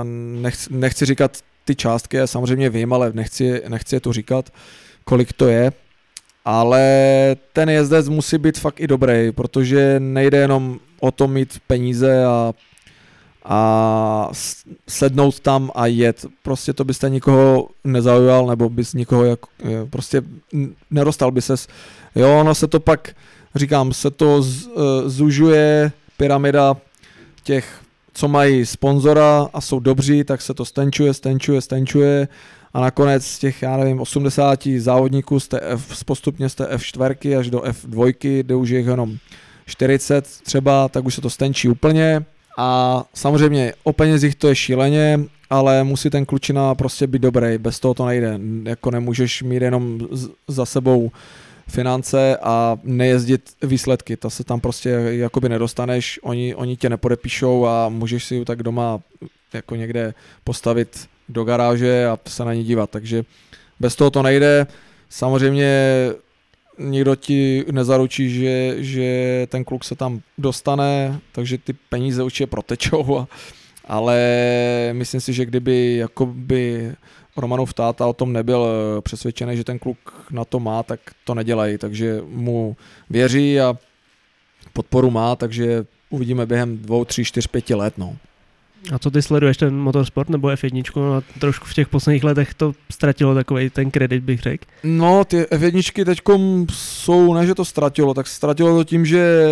nechci říkat ty částky, já samozřejmě vím, ale nechci je tu říkat, kolik to je. Ale ten jezdec musí být fakt i dobrý, protože nejde jenom o to mít peníze a sednout tam a jet. Prostě to byste nikoho nezaujal, nebo bys nikoho prostě nedostal by ses. Jo, ono se to pak, říkám, se to zužuje, pyramida těch, co mají sponzora a jsou dobří, tak se to stenčuje a nakonec z těch, já nevím, 80 závodníků postupně z té F4 až do F2, kde už je jenom 40 třeba, tak už se to stenčí úplně a samozřejmě o penězích to je šíleně, ale musí ten klučina prostě být dobrý, bez toho to nejde, jako nemůžeš mít jenom za sebou finance a nejezdit výsledky, to se tam prostě jakoby nedostaneš, oni tě nepodepíšou a můžeš si ji tak doma jako někde postavit do garáže a se na ní dívat, takže bez toho to nejde, samozřejmě nikdo ti nezaručí, že ten kluk se tam dostane, takže ty peníze určitě protečou, ale myslím si, že kdyby jakoby Romanův táta o tom nebyl přesvědčený, že ten kluk na to má, tak to nedělají, takže mu věří a podporu má, takže uvidíme během 2, 3, 4, 5 let. No. A co ty sleduješ, ten motorsport nebo F1? No, trošku v těch posledních letech to ztratilo takovej ten kredit, bych řekl. No, ty F1 teďkom jsou, ne že to ztratilo, tak ztratilo to tím, že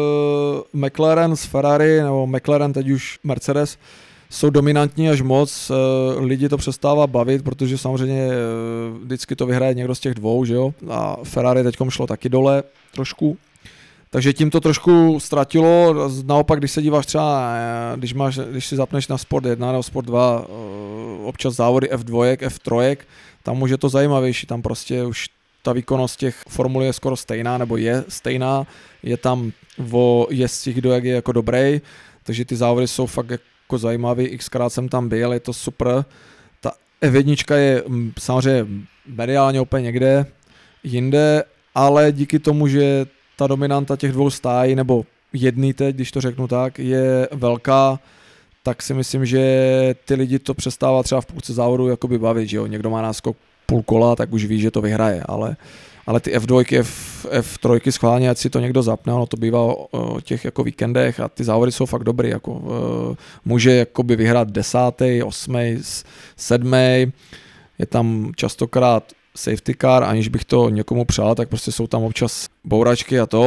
McLaren z Ferrari, nebo McLaren teď už Mercedes, jsou dominantní až moc, lidi to přestává bavit, protože samozřejmě vždycky to vyhraje někdo z těch dvou, že jo, a Ferrari teďkom šlo taky dole trošku, takže tím to trošku ztratilo, naopak když se díváš třeba, když si zapneš na Sport 1 nebo Sport 2, občas závody F2, F3, tam už je to zajímavější, tam prostě už ta výkonnost těch formulí je skoro stejná, nebo je stejná, je tam o jezdcích, kdo jak je jako dobrý, takže ty závody jsou fakt jako zajímavý, xkrát jsem tam byl, je to super. Ta F1 je samozřejmě mediálně úplně někde jinde, ale díky tomu, že ta dominanta těch dvou stájí, nebo jedný teď, když to řeknu tak, je velká, tak si myslím, že ty lidi to přestává třeba v půlce závodu jakoby bavit, že jo, někdo má náskok půl kola, tak už ví, že to vyhraje, ale ty F2, F3 schválně, ať si to někdo zapne, ono to bývá o těch jako víkendech a ty závody jsou fakt dobrý, jako může jakoby vyhrát 10., 8., 7., je tam častokrát safety car, aniž bych to někomu přál, tak prostě jsou tam občas bouračky a to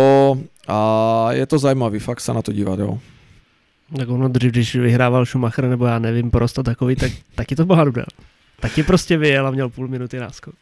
a je to zajímavý, fakt se na to dívat, jo. Tak ono, když vyhrával Schumacher nebo já nevím, Prost takový, tak taky to boha dal. Taky prostě vyjel a měl půl minuty náskok.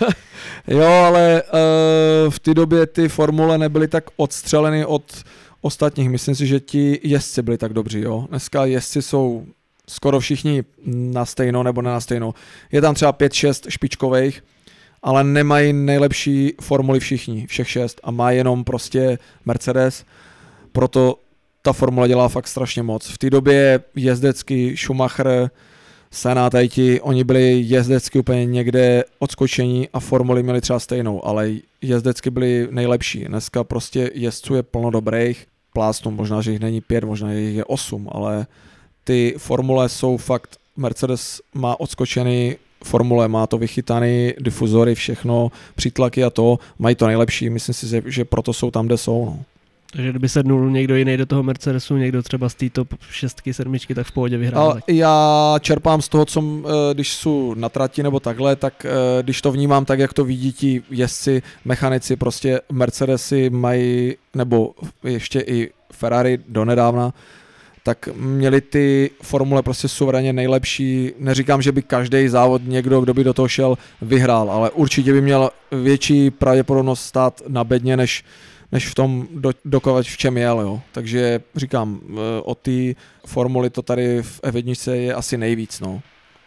Jo, ale v té době ty formule nebyly tak odstřeleny od ostatních. Myslím si, že ti jezdci byli tak dobří. Jo. Dneska jezdci jsou skoro všichni na stejno nebo ne na stejno. Je tam třeba 5-6 špičkových, ale nemají nejlepší formuly všech 6 a má jenom prostě Mercedes. Proto ta formule dělá fakt strašně moc. V té době jezdecky Schumacher, Senna, tajti, oni byli jezdecky úplně někde odskočení a formuly měli třeba stejnou, ale jezdecky byli nejlepší. Dneska prostě jezdců je plno dobrých, plácnu, možná, že jich není 5, možná, že jich je 8, ale ty formule jsou fakt, Mercedes má odskočený formule, má to vychytaný, difuzory, všechno, přítlaky a to, mají to nejlepší, myslím si, že proto jsou tam, kde jsou. No. Takže kdyby sednul někdo jiný do toho Mercedesu, někdo třeba z té top 6, 7, tak v pohodě vyhrál. Já čerpám z toho, co když jsou na trati nebo takhle, tak když to vnímám tak, jak to vidí ti jezdci, mechanici, prostě Mercedesy mají, nebo ještě i Ferrari donedávna, tak měli ty formule prostě suverénně nejlepší. Neříkám, že by každý závod někdo, kdo by do toho šel, vyhrál, ale určitě by měl větší pravděpodobnost stát na bedně, než v tom dokovat, v čem jel, jo. Takže říkám, o té formuly to tady v F1 je asi nejvíc, no.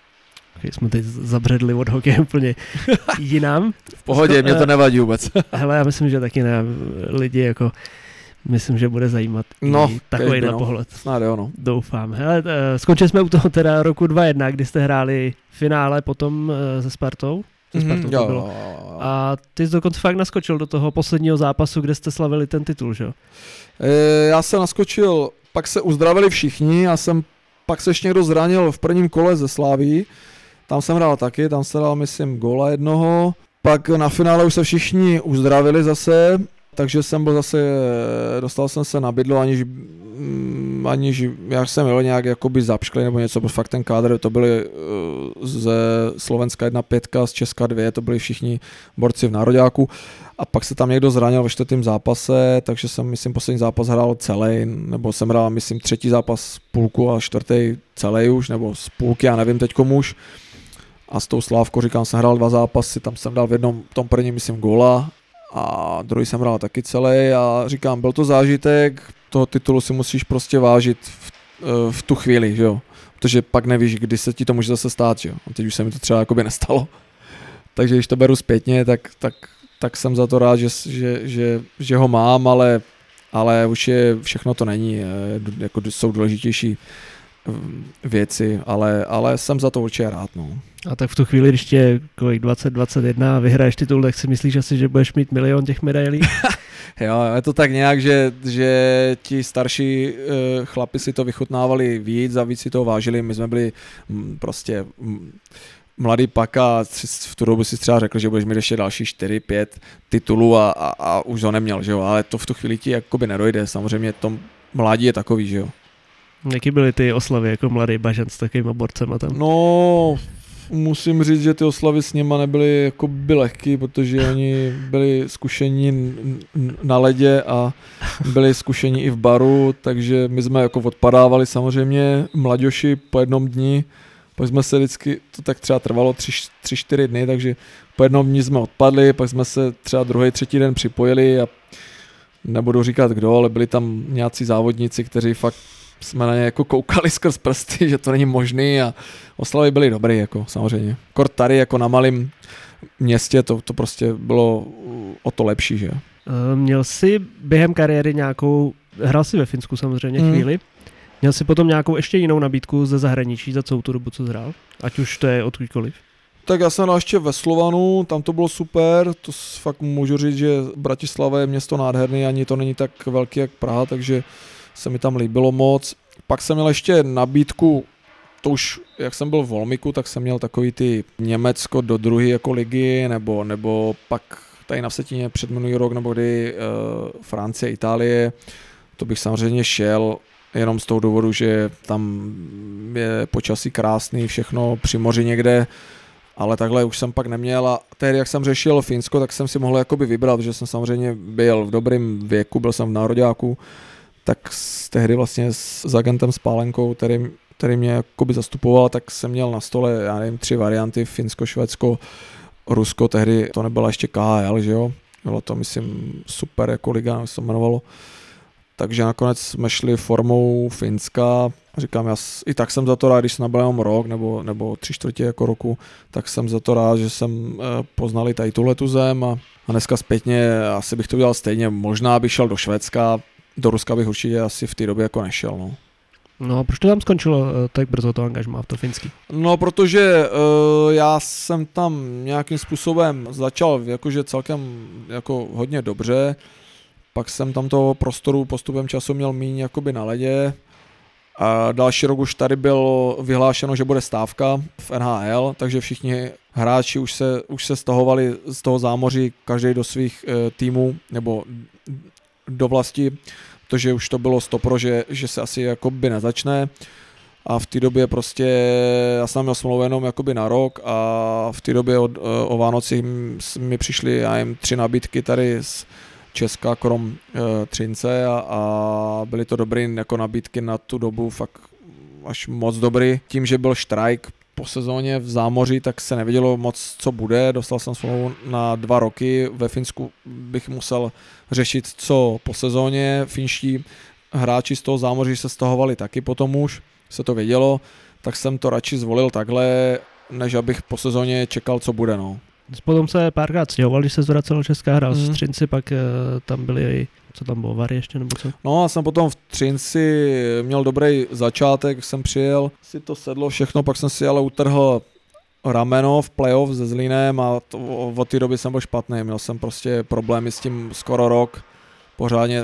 Jsme teď zabředli od hokeje úplně jinam. V pohodě, mě to nevadí vůbec. Hele, já myslím, že taky ne, lidi jako, myslím, že bude zajímat i takovýhle pohled. Snad jo, no. Doufám. Hele, skončili jsme u toho teda roku 2021, kdy jste hráli finále potom se Spartou. To bylo. A ty jsi dokonce fakt naskočil do toho posledního zápasu, kde jste slavili ten titul, že jo? Já jsem naskočil, pak se uzdravili všichni, pak se ještě někdo zranil v prvním kole ze Slaví, tam jsem hrál taky, tam se dal, myslím, góla jednoho, pak na finále už se všichni uzdravili zase, takže jsem byl zase, dostal jsem se na bydlo, aniž já jsem byl nějak jakoby zapšklý nebo něco, protože fakt ten kádr, to byli ze Slovenska 1-5, z Česka 2, to byli všichni borci v nároďáku. A pak se tam někdo zranil ve 4. zápase, takže jsem, myslím, poslední zápas hrál celý, nebo jsem hrál, myslím, 3. zápas půlku a 4. celý už, nebo z půlky, já nevím teďkom už. A s tou Slávkou, říkám, jsem hrál 2 zápasy, tam jsem dal v jednom, tom prvním, myslím, góla a druhý jsem hrál taky celý a říkám, byl to zážitek, toho titulu si musíš prostě vážit v tu chvíli, že jo, protože pak nevíš, kdy se ti to může zase stát, že jo, a teď už se mi to třeba jakoby nestalo. Takže když to beru zpětně, tak jsem za to rád, že ho mám, ale už všechno to není, jako jsou důležitější věci, ale jsem za to určitě rád. No. A tak v tu chvíli, když tě kolik 20-21 a vyhraješ titul, tak si myslíš asi, že budeš mít 1 000 000 těch medailí? Jo, je to tak nějak, že ti starší chlapi si to vychutnávali víc a víc si toho vážili. My jsme byli prostě mladý paka, v tu dobu si třeba řekl, že budeš mít ještě další 4-5 titulů a už ho neměl, že jo, ale to v tu chvíli ti jakoby nedojde, samozřejmě to mládí je takový, že jo. Jaký byly ty oslavy jako mladý Bažant s takovýma borcema tam? No, musím říct, že ty oslavy s nima nebyly jakoby lehký, protože oni byli zkušení na ledě a byli zkušení i v baru, takže my jsme jako odpadávali samozřejmě mladěši po jednom dni. Pak jsme se vždycky, to tak třeba trvalo 3-4 dny, takže po jednom dní jsme odpadli, pak jsme se třeba 2., 3. den připojili a nebudu říkat kdo, ale byli tam nějací závodníci, kteří fakt jsme na ně jako koukali skrz prsty, že to není možný a oslavy byly dobrý, jako samozřejmě. Kort tady jako na malém městě to prostě bylo o to lepší, že? Měl jsi během kariéry nějakou, hrál jsi ve Finsku samozřejmě chvíli, měl jsi potom nějakou ještě jinou nabídku ze zahraničí za celou tu dobu, co jsi hrál? Ať už to je odkudkoliv. Tak já jsem hrál ještě ve Slovanu, tam to bylo super, to fakt můžu říct, že Bratislava je město nádherný, ani to není tak velký jak Praha, takže se mi tam líbilo moc. Pak jsem měl ještě nabídku, to už jak jsem byl v Olmiku, tak jsem měl takový ty Německo do 2. jako ligy, nebo pak tady na Vsetíně před minulý rok, nebo kdy Francie, Itálie, to bych samozřejmě šel, jenom z toho důvodu, že tam je počasí krásný, všechno při moři někde, ale takhle už jsem pak neměl a tehdy, jak jsem řešil Finsko, tak jsem si mohl jakoby vybrat, že jsem samozřejmě byl v dobrém věku, byl jsem v nároďáku, tak tehdy vlastně s agentem Spálenkou, který mě jakoby zastupoval, tak jsem měl na stole, já nevím, 3 varianty, Finsko, Švédsko, Rusko, tehdy to nebyla ještě KHL, že jo, bylo to, myslím, super jako liga, se to jmenovalo. Takže nakonec jsme šli formou Finska. Říkám, já i tak jsem za to rád, když jsem nabyl jenom rok nebo 3/4 jako roku, tak jsem za to rád, že jsem poznal i tady tuhletu zem a dneska zpětně asi bych to udělal stejně. Možná bych šel do Švédska, do Ruska bych určitě asi v té době jako nešel. No. No, proč to tam skončilo tak brzo to angažmá v to finský? No, protože já jsem tam nějakým způsobem začal jakože celkem jako hodně dobře. Pak jsem tam toho prostoru postupem času měl míň jakoby na ledě. A další rok už tady bylo vyhlášeno, že bude stávka v NHL, takže všichni hráči už se stahovali z toho zámoří, každý do svých týmů nebo do vlasti, protože už to bylo stopro, že se asi jakoby nezačne. A v té době prostě, já jsem měl smlouvu jenom jakoby na rok a v té době o Vánoci mi přišly, já jim 3 nabídky tady z Česka, krom Třince a byly to dobré jako nabídky na tu dobu, fakt až moc dobrý. Tím, že byl štrajk po sezóně v zámoří, tak se nevědělo moc, co bude. Dostal jsem smlouvu na 2 roky. Ve Finsku bych musel řešit, co po sezóně. Finští hráči z toho zámoří se stahovali taky potom už, se to vědělo, tak jsem to radši zvolil takhle, než abych po sezóně čekal, co bude. No. Potom se párkrát stěhoval, když se zvracel Česká, hrál v Třinci, pak tam byly, co tam bylo, Vary ještě nebo co? No a jsem potom v Třinci měl dobrý začátek, jsem přijel, si to sedlo všechno, pak jsem si ale utrhl rameno v playoff se Zlínem a od té doby jsem byl špatný, měl jsem prostě problémy s tím skoro rok, pořádně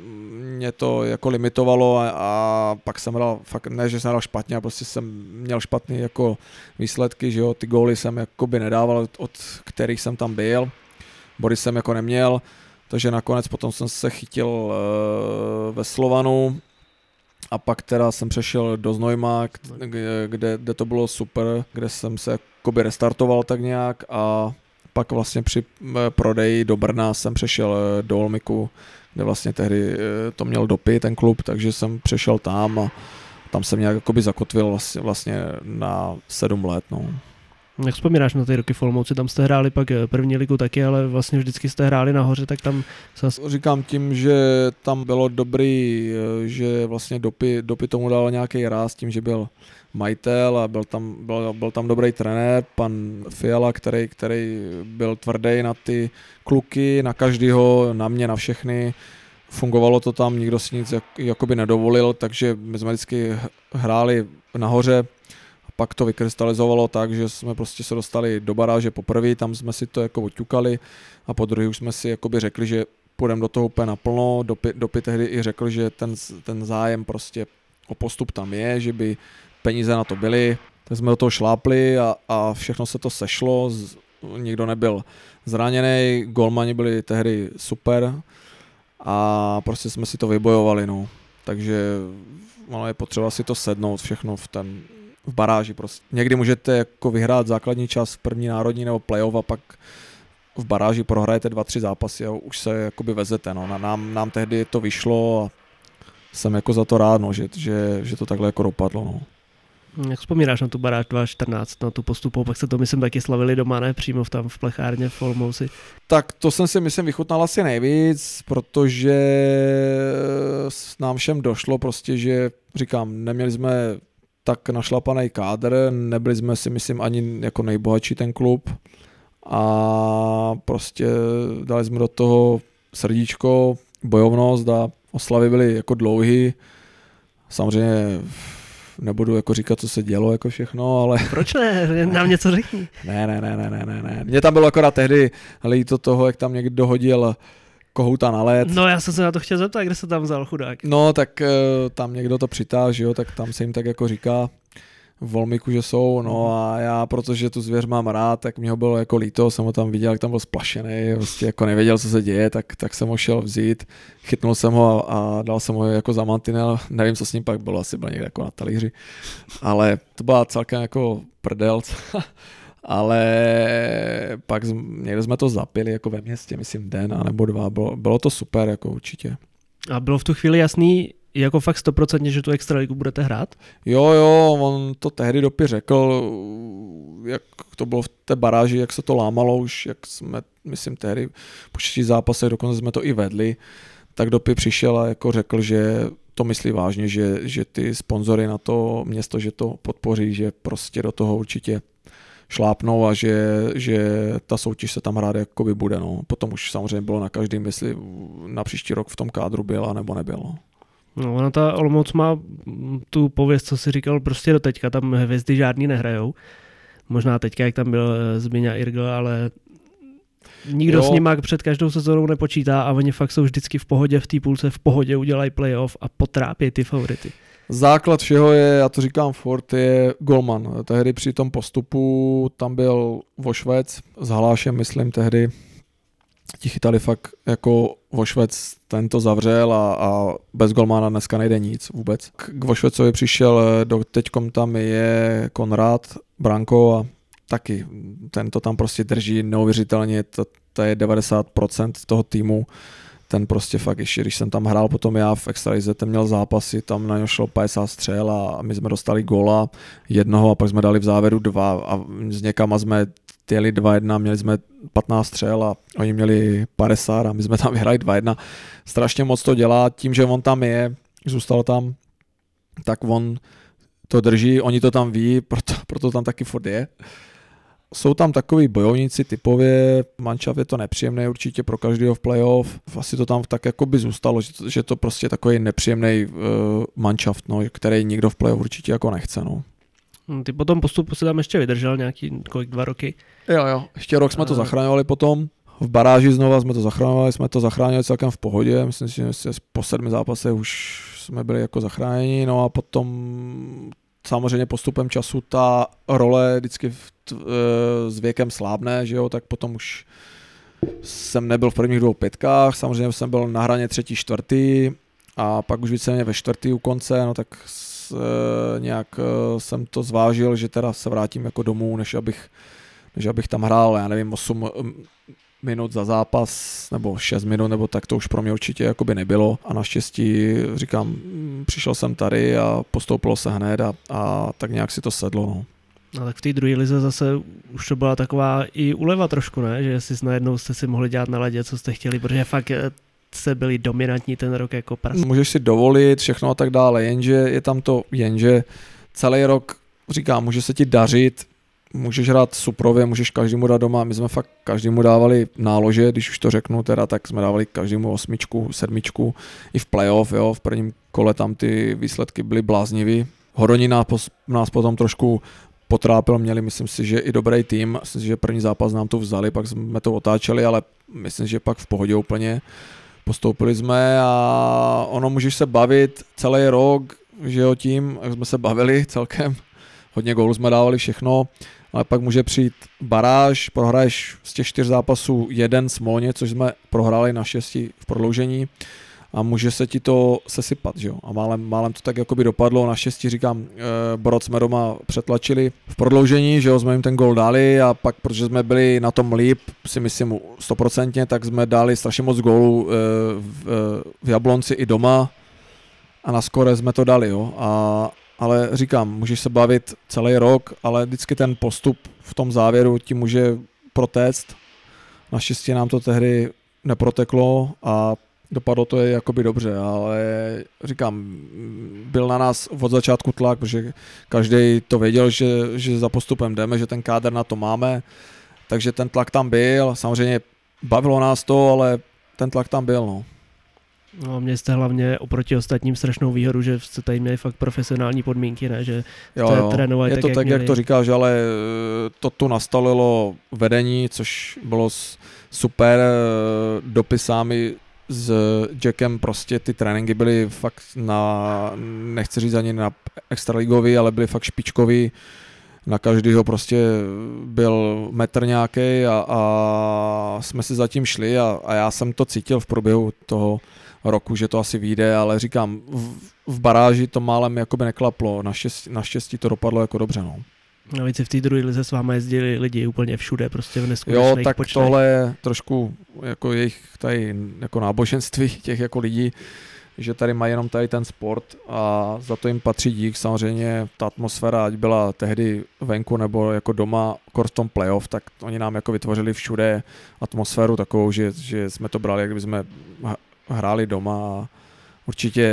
mě to jako limitovalo a pak jsem hrál, fakt ne, že jsem hrál špatně, a prostě jsem měl špatný jako výsledky, že jo, ty góly jsem jakoby nedával, od kterých jsem tam byl, body jsem jako neměl, takže nakonec potom jsem se chytil ve Slovanu a pak teda jsem přešel do Znojma, kde to bylo super, kde jsem se jakoby restartoval tak nějak a pak vlastně při prodeji do Brna jsem přešel do Olmiku, kde vlastně tehdy to měl Dopy ten klub, takže jsem přešel tam a tam jsem nějak jakoby zakotvil vlastně na 7 let. No. Jak vzpomínáš na ty roky v Olomouci, tam jste hráli pak první ligu taky, ale vlastně vždycky jste hráli nahoře, tak tam... Říkám tím, že tam bylo dobrý, že vlastně Dopy tomu dal nějaký ráz tím, že byl majitel a byl tam dobrý trenér, pan Fiala, který byl tvrdý na ty kluky, na každýho, na mě, na všechny. Fungovalo to tam, nikdo si nic jakoby nedovolil, takže my jsme vždycky hráli nahoře. Pak to vykrystalizovalo tak, že jsme prostě se dostali do baráže poprvé, tam jsme si to jako odťukali a po druhé už jsme si jakoby řekli, že půjdeme do toho úplně naplno. Dopy tehdy i řekl, že ten zájem prostě o postup tam je, že by peníze na to byly. Tak jsme do toho šlápli a všechno se to sešlo, nikdo nebyl zraněný, golmani byli tehdy super a prostě jsme si to vybojovali. No. Takže je potřeba si to sednout všechno v baráži prostě. Někdy můžete jako vyhrát základní čas v první národní nebo playoff a pak v baráži prohrajete 2-3 zápasy a už se jakoby vezete. No. Nám tehdy to vyšlo a jsem jako za to rád, no, že to takhle jako dopadlo. No. Jak vzpomínáš na tu baráž 2014, na tu postupu, pak se to myslím taky slavili doma, ne? Přímo tam v plechárně v Olomouci. Tak to jsem si myslím vychutnal asi nejvíc, protože nám všem došlo prostě, že říkám, neměli jsme tak našlapaný kádr, nebyli jsme si myslím ani jako nejbohatší ten klub a prostě dali jsme do toho srdíčko, bojovnost a oslavy byly jako dlouhý. Samozřejmě nebudu jako říkat, co se dělo jako všechno, ale... Proč ne? Nám něco řekni. Ne. Mně tam bylo akorát tehdy líto toho, jak tam někdo hodil kohouta na led. No já jsem se na to chtěl zeptat, kde se tam vzal chudák. No tak tam někdo to přitáhl, že jo, tak tam se jim tak jako říká v Olmiku, že jsou, no a já, protože tu zvěř mám rád, tak mě ho bylo jako líto, jsem ho tam viděl, jak tam byl splašený, vlastně jako nevěděl, co se děje, tak jsem ho šel vzít, chytnul jsem ho a dal jsem ho jako za mantinel, nevím, co s ním pak bylo, asi byl někde jako na talíři, ale to byla celkem jako prdel, ale pak někde jsme to zapili jako ve městě, myslím den a nebo 2, bylo to super jako určitě. A bylo v tu chvíli jasný, jako fakt 100%, že tu extraligu budete hrát? Jo, on to tehdy Dopy řekl, jak to bylo v té baráži, jak se to lámalo už, jak jsme, myslím, tehdy po 6 zápasech, dokonce jsme to i vedli, tak Dopy přišel a jako řekl, že to myslí vážně, že ty sponzory na to město, že to podpoří, že prostě do toho určitě šlápnou a že ta soutěž se tam hrát jakoby bude. No. Potom už samozřejmě bylo na každém, jestli na příští rok v tom kádru byl nebo nebyl. No, ona ta Olomouc má tu pověst, co si říkal, prostě do teďka, tam hvězdy žádný nehrajou. Možná teďka, jak tam byl Zbyňa Irgl, ale nikdo s nima před každou sezónou nepočítá a oni fakt jsou vždycky v pohodě, v té půlce v pohodě udělají playoff a potrápí ty favority. Základ všeho je, já to říkám furt, je golman. Tehdy při tom postupu tam byl Vošvec s Halášem, myslím tehdy. Ti chytali fakt jako Vošvec, ten to zavřel a bez golmana dneska nejde nic vůbec. K Vošvecovi přišel, teďkom tam je Konrád Branko a taky ten to tam prostě drží neuvěřitelně, to je 90% toho týmu. Ten prostě fakt ještě, když jsem tam hrál potom já v extralize, ten měl zápasy, tam na něj šlo 50 střel a my jsme dostali góla jednoho a pak jsme dali v závěru 2 a s někama jsme jeli 2-1, měli jsme 15 střel a oni měli 50 a my jsme tam vyhrali 2-1. Strašně moc to dělá, tím, že on tam je, zůstal tam, tak on to drží, oni to tam ví, proto tam taky furt je. Jsou tam takový bojovníci typově, manšaft je to nepříjemný určitě pro každého v playoff. Asi to tam tak jako by zůstalo, že to prostě takový nepříjemný manšaft, no, který nikdo v playoff určitě jako nechce. No. Ty po tom postupu se tam ještě vydržel nějaký 2 roky? Jo, ještě rok jsme to zachraňovali potom. V baráži znova jsme to zachránili celkem v pohodě. Myslím si, že po 7 zápasech už jsme byli jako zachráněni, no a potom samozřejmě postupem času ta role vždycky s věkem slábne, že jo, tak potom už jsem nebyl v prvních 2 pětkách, samozřejmě jsem byl na hraně 3., 4. a pak už víceméně ve 4. u konce, no tak nějak jsem to zvážil, že teda se vrátím jako domů, než abych tam hrál, já nevím, 8 minut za zápas, nebo 6 minut, nebo tak to už pro mě určitě jakoby nebylo. A naštěstí, říkám, přišel jsem tady a postoupilo se hned a tak nějak si to sedlo. No. No tak v té druhé lize zase už to byla taková i uleva trošku, ne? Že si najednou jste si mohli dělat na ledě, co jste chtěli, protože fakt jste byli dominantní ten rok jako prase. Můžeš si dovolit všechno a tak dále, jenže celý rok, říkám, může se ti dařit, můžeš hrát suprově, můžeš každému dát doma, my jsme fakt každému dávali nálože, když už to řeknu teda, tak jsme dávali každému 8, 7, i v playoff, jo, v prvním kole tam ty výsledky byly bláznivý. Hodonín nás potom trošku potrápil, měli, myslím si, že i dobrý tým, myslím si, že první zápas nám to vzali, pak jsme to otáčeli, ale myslím, že pak v pohodě úplně postoupili jsme a ono můžeš se bavit celý rok, že jo, tím, jak jsme se bavili celkem, hodně gólů jsme dávali všechno, ale pak může přijít baráž, prohraješ z těch 4 zápasů 1 smolně, což jsme prohráli na 6 v prodloužení a může se ti to sesypat, že jo. A málem to tak jakoby dopadlo, naštěstí říkám, Brod jsme doma přetlačili v prodloužení, že jo, jsme jim ten gól dali a pak, protože jsme byli na tom líp, si myslím 100%, tak jsme dali strašně moc gólů v Jablonci i doma a na skore jsme to dali, jo. Ale říkám, můžeš se bavit celý rok, ale vždycky ten postup v tom závěru ti může protéct. Naštěstí nám to tehdy neproteklo a dopadlo to je jakoby dobře, ale říkám, byl na nás od začátku tlak, protože každý to věděl, že za postupem jdeme, že ten kádr na to máme, takže ten tlak tam byl, samozřejmě bavilo nás to, ale ten tlak tam byl, no. No a mě jste hlavně oproti ostatním strašnou výhodu, že jste tady měli fakt profesionální podmínky, ne? Že jste trénovali je to tak, jak to říkáš, ale to tu nastalilo vedení, což bylo super, dopisami s Jackem prostě ty tréninky byly fakt nechci říct ani na extraligový, ale byly fakt špičkový. Na každýho prostě byl metr nějaký a jsme si zatím šli a já jsem to cítil v průběhu toho roku, že to asi vyjde, ale říkám, v baráži to málem jakoby neklaplo, naštěstí to dopadlo jako dobře, no. No víc v té druhé lize s váma jezdili lidi úplně všude, prostě v neskutečných počtech. Jo, tak počtech. Tohle je trošku jako jejich tady jako náboženství těch jako lidí, že tady mají jenom tady ten sport a za to jim patří dík. Samozřejmě ta atmosféra, ať byla tehdy venku nebo jako doma, v tom playoff, tak oni nám jako vytvořili všude atmosféru takovou, že jsme to brali, jak kdyby jsme hráli doma a určitě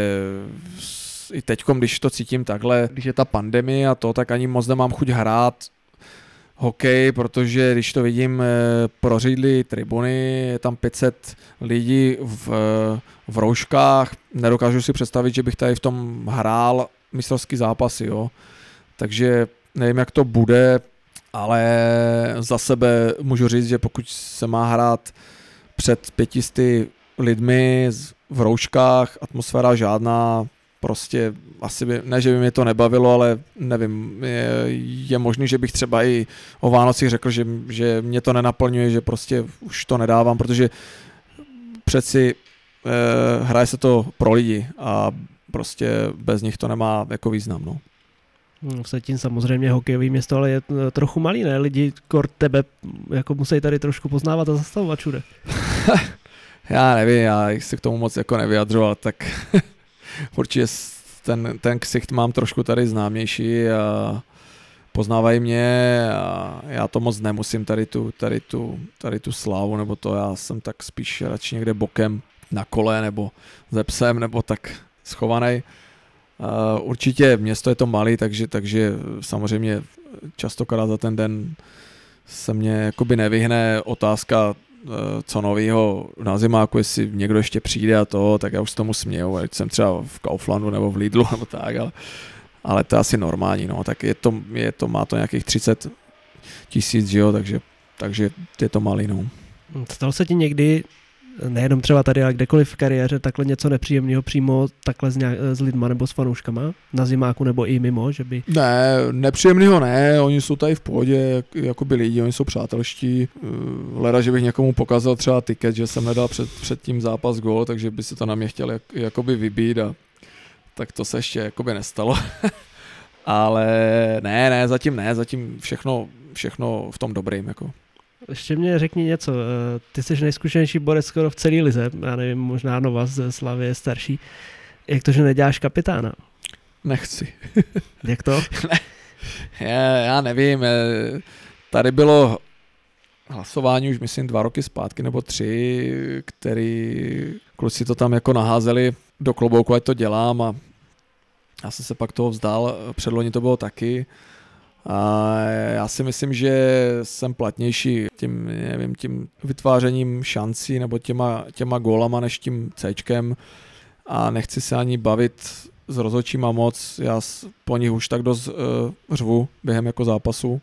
i teďkom, když to cítím takhle, když je ta pandemie a to, tak ani moc nemám chuť hrát hokej, protože když to vidím, prořídlý tribuny, je tam 500 lidí v rouškách, nedokážu si představit, že bych tady v tom hrál mistrovský zápasy, jo. Takže nevím, jak to bude, ale za sebe můžu říct, že pokud se má hrát před 500 lidmi v rouškách, atmosféra žádná, prostě asi ne, že by mě to nebavilo, ale nevím, je možný, že bych třeba i o Vánocích řekl, že mě to nenaplňuje, že prostě už to nedávám, protože přeci hraje se to pro lidi a prostě bez nich to nemá jako význam, no. Vsetín samozřejmě hokejový město, ale je trochu malý, ne? Lidi kort tebe jako musí tady trošku poznávat a zastavovat všude. Já nevím, já se k tomu moc jako nevyjadřoval, tak určitě ten ksicht mám trošku tady známější a poznávají mě a já to moc nemusím tady tu slávu nebo to, já jsem tak spíš radši někde bokem na kole nebo ze psem nebo tak schovaný. Určitě město je to malý, takže samozřejmě častokrát za ten den se mě jakoby nevyhne otázka, co novýho na zimáku, jestli někdo ještě přijde a to, tak já už s tomu směju, ať jsem třeba v Kauflandu nebo v Lidlu nebo tak, ale to je asi normální, no, tak má to nějakých 30 000, že jo, takže je to malý, no. Stalo se ti někdy, nejenom třeba tady, ale kdekoliv v kariéře, takhle něco nepříjemného přímo takhle s lidma nebo s fanouškama na zimáku nebo i mimo, že by... Ne, nepříjemného ne, oni jsou tady v pohodě, jakoby lidi, oni jsou přátelští. Leda, že bych někomu pokazal třeba tiket, že jsem nedal před tím zápas gól, takže by se to na mě chtěl jakoby vybít a tak to se ještě jakoby nestalo. Ale zatím všechno v tom dobrým. Jako. Ještě mě řekni něco, ty jsi nejzkušenější borec skoro v celé lize, já nevím, možná Novas ze Slavie je starší. Jak to, že neděláš kapitána? Nechci. Jak to? Já nevím, tady bylo hlasování už myslím 2 roky zpátky nebo 3, který kluci to tam jako naházeli do klobouku, ať to dělám a já jsem se pak toho vzdal, předloni to bylo taky. A já si myslím, že jsem platnější tím vytvářením šancí nebo těma gólama než tím Cčkem a nechci se ani bavit s rozhodčíma moc, já po nich už tak dost řvu během jako zápasu.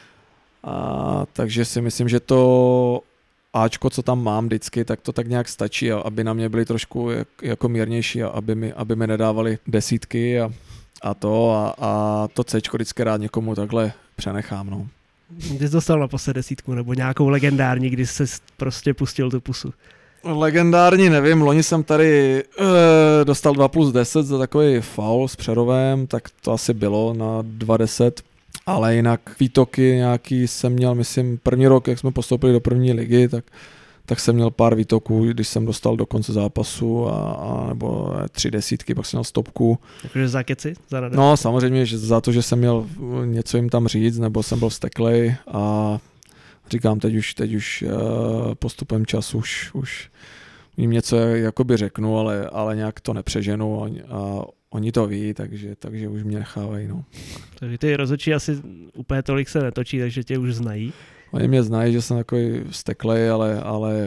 Takže si myslím, že to Ačko, co tam mám vždycky, tak to tak nějak stačí, aby na mě byli trošku jako mírnější a aby mi nedávali desítky a to Cčko vždycky rád někomu takhle přenechám. No. Kdy jsi dostal naposled 10 nebo nějakou legendární, kdy jsi prostě pustil tu pusu? Legendární nevím, loni jsem tady dostal 2+10 za takový faul s Přerovem, tak to asi bylo na 2.10. Ale jinak výtoky nějaký jsem měl, myslím, první rok, jak jsme postoupili do první ligy, tak jsem měl pár výtoků, když jsem dostal do konce zápasu a nebo 3 desítky, pak jsem měl stopku. Takže za keci? No samozřejmě, že za to, že jsem měl něco jim tam říct, nebo jsem byl vzteklej a říkám, teď už postupem času už jim něco jakoby řeknu, ale nějak to nepřeženu a oni to ví, takže už mě nechávají. No. Takže ty rozhodčí asi úplně tolik se netočí, takže tě už znají. Oni mě znají, že jsem takový vzteklej, ale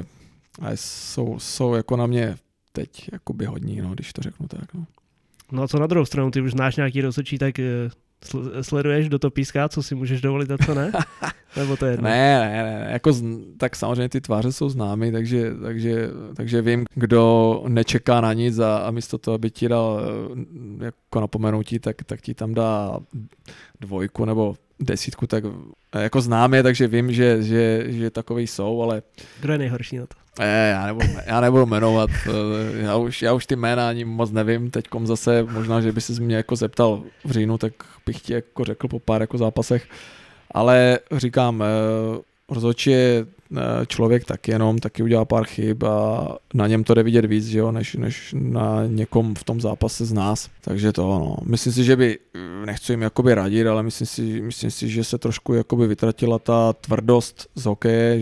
jsou jako na mě teď jakoby hodní, no, když to řeknu tak. No a co na druhou stranu, ty už znáš nějaký rozhodčí, tak sleduješ, kdo to píská, co si můžeš dovolit a co ne? Nebo to je jedno? Ne, jako tak samozřejmě ty tváře jsou známy, takže vím, kdo nečeká na nic a místo toho, aby ti dal jako napomenutí, tak ti tam dá 2 nebo 10, tak jako znám je, takže vím, že takový jsou, ale... Kdo je nejhorší na to? Já nebudu jmenovat, já už ty jména ani moc nevím, teďkom zase možná, že by se mě jako zeptal v říjnu, tak bych ti jako řekl po pár jako zápasech, ale říkám, rozhodčí je člověk taky udělá pár chyb a na něm to jde vidět víc, že jo, než na někom v tom zápase z nás, takže to no. Myslím si, že nechci jim jakoby radit, ale myslím si, že se trošku jakoby vytratila ta tvrdost z hokeje,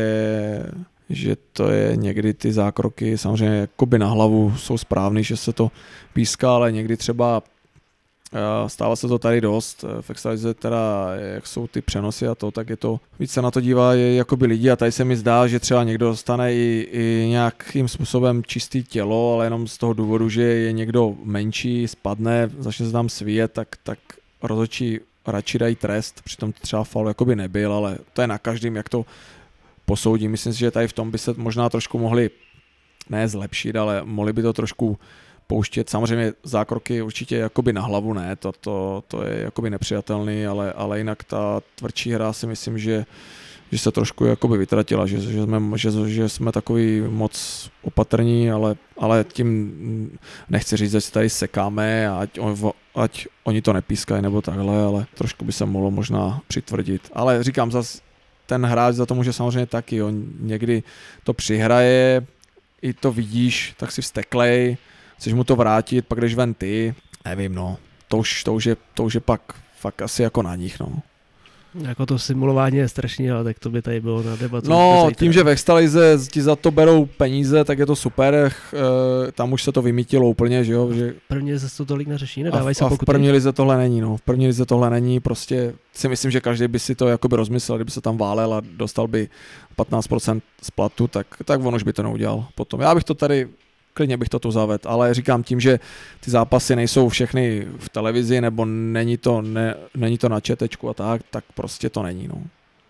že to je někdy ty zákroky samozřejmě jakoby na hlavu jsou správný, že se to píská, ale někdy třeba stává se to tady dost, v extralize teda, jak jsou ty přenosy a to, tak je to, víc se na to dívá jakoby lidi a tady se mi zdá, že třeba někdo dostane i nějakým způsobem čistý tělo, ale jenom z toho důvodu, že je někdo menší, spadne, začne se tam svíjet, tak rozhodčí radši dají trest, přitom třeba faul jakoby nebyl, ale to je na každým, jak to posoudí. Myslím si, že tady v tom by se možná trošku mohli ne zlepšit, ale mohli by to trošku pouštět. Samozřejmě zákroky určitě jakoby na hlavu ne, to je jakoby nepřijatelný, ale jinak ta tvrdší hra si myslím, že se trošku jakoby vytratila, že jsme takový moc opatrní, ale tím nechci říct, že se tady sekáme a ať oni to nepískají nebo takhle, ale trošku by se mohlo možná přitvrdit. Ale říkám zase, ten hráč za to může samozřejmě taky, on někdy to přihraje, i to vidíš, tak si vzteklej, chceš mu to vrátit, pak jdeš ven ty, nevím no, to už je pak fakt asi jako na nich no. Jako to simulování je strašný, ale tak to by tady bylo na debatu. No, tím, že v extralize ti za to berou peníze, tak je to super, tam už se to vymítilo úplně, že jo. Že... První lize to tolik neřeší, nedávají se pokuty. V první lize tohle není, no. V první lize tohle není, prostě si myslím, že každý by si to jakoby rozmyslel, kdyby se tam válel a dostal by 15% z platu, tak on už by to neudělal potom. Já bych to tady klidně bych to tu zavedl, ale říkám tím, že ty zápasy nejsou všechny v televizi nebo není to na četečku a tak prostě to není. No.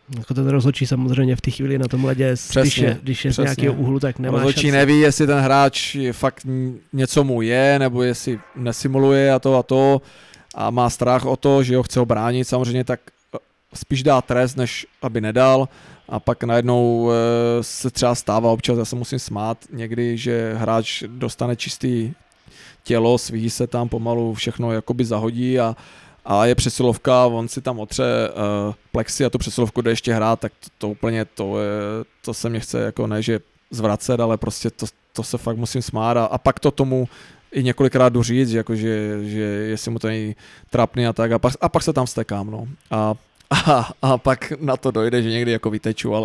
Jako ten rozhodčí samozřejmě v té chvíli na tom ledě, když je z nějakého úhlu, tak nemá rozhodčí šanci. neví, jestli ten hráč fakt něco mu je, nebo jestli nesimuluje a to a má strach o to, že ho chce obránit, samozřejmě tak spíš dá trest, než aby nedal a pak najednou se třeba stává občas, já se musím smát někdy, že hráč dostane čistý tělo, svíjí se tam pomalu, všechno jakoby zahodí a je přesilovka, on si tam otře plexi a tu přesilovku jde ještě hrát, tak to úplně, to se mě chce jako ne, že zvracet, ale prostě to se fakt musím smát a pak to tomu i několikrát jdu říct, jako že jestli mu to není trapný a tak a pak se tam vztekám, no. A pak na to dojde, že někdy jako vyteču,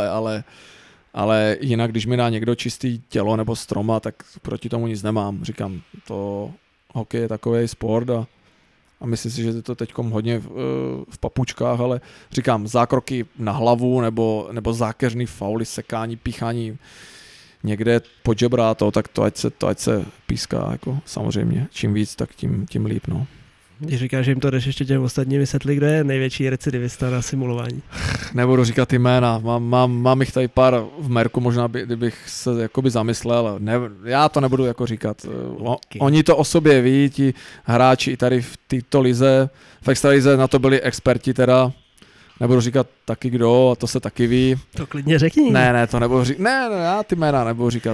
ale jinak, když mi dá někdo čistý tělo nebo stroma, tak proti tomu nic nemám. Říkám, to hokej je takový sport a myslím si, že je to teďkom hodně v papučkách, ale říkám, zákroky na hlavu nebo zákeřný fauly, sekání, píchání někde pod žebra, tak to ať se píská, jako samozřejmě. Čím víc, tak tím líp, no. Když říkáš, že jim to jdeš ještě těm ostatním vysvětlit, kdo je největší recidivista na simulování? Nebudu říkat jména, mám jich tady pár v merku, možná kdybych se jakoby zamyslel, já to nebudu jako říkat. Okay. Oni to o sobě ví, ti hráči i tady v této lize, v extralize na to byli experti teda, nebudu říkat taky kdo, a to se taky ví. To klidně řekni. Ne, to nebudu říkat, ne, já ty jména nebudu říkat,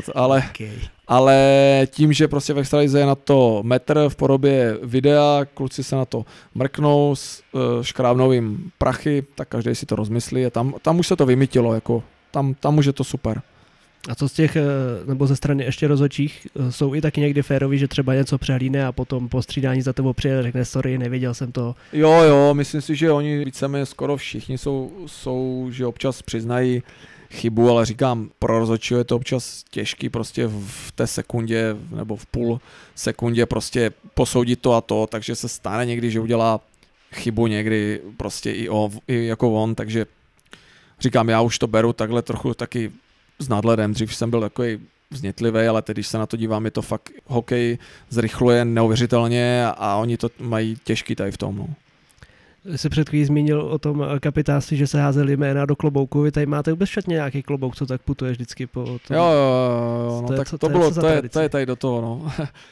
ale tím, že prostě v extralize je na to metr v podobě videa, kluci se na to mrknou, škrábnou jim prachy, tak každý si to rozmyslí a tam už se to vymytilo, jako tam už je to super. A co z těch, nebo ze strany ještě rozhodčích, jsou i taky někdy féroví, že třeba něco přehlídne a potom po střídání za tebou přijde, řekne sorry, nevěděl jsem to. Jo, myslím si, že oni víceméně skoro všichni jsou, že občas přiznají chybu, ale říkám, pro rozhodčího je to občas těžký prostě v té sekundě nebo v půl sekundě prostě posoudit to a to, takže se stane někdy, že udělá chybu někdy prostě i jako on, takže říkám, já už to beru takhle trochu taky s nadhledem, dřív jsem byl takový vznětlivý, ale teď, když se na to dívám, je to fakt hokej zrychluje neuvěřitelně a oni to mají těžký tady v tom. No. Jsi před chvílí zmínil o tom kapitánství, že se házeli jména do klobouku. Vy tady máte vůbec šatně nějaký klobouk, co tak putuje vždycky po tom? Jo, no, tak to je tady do toho, no.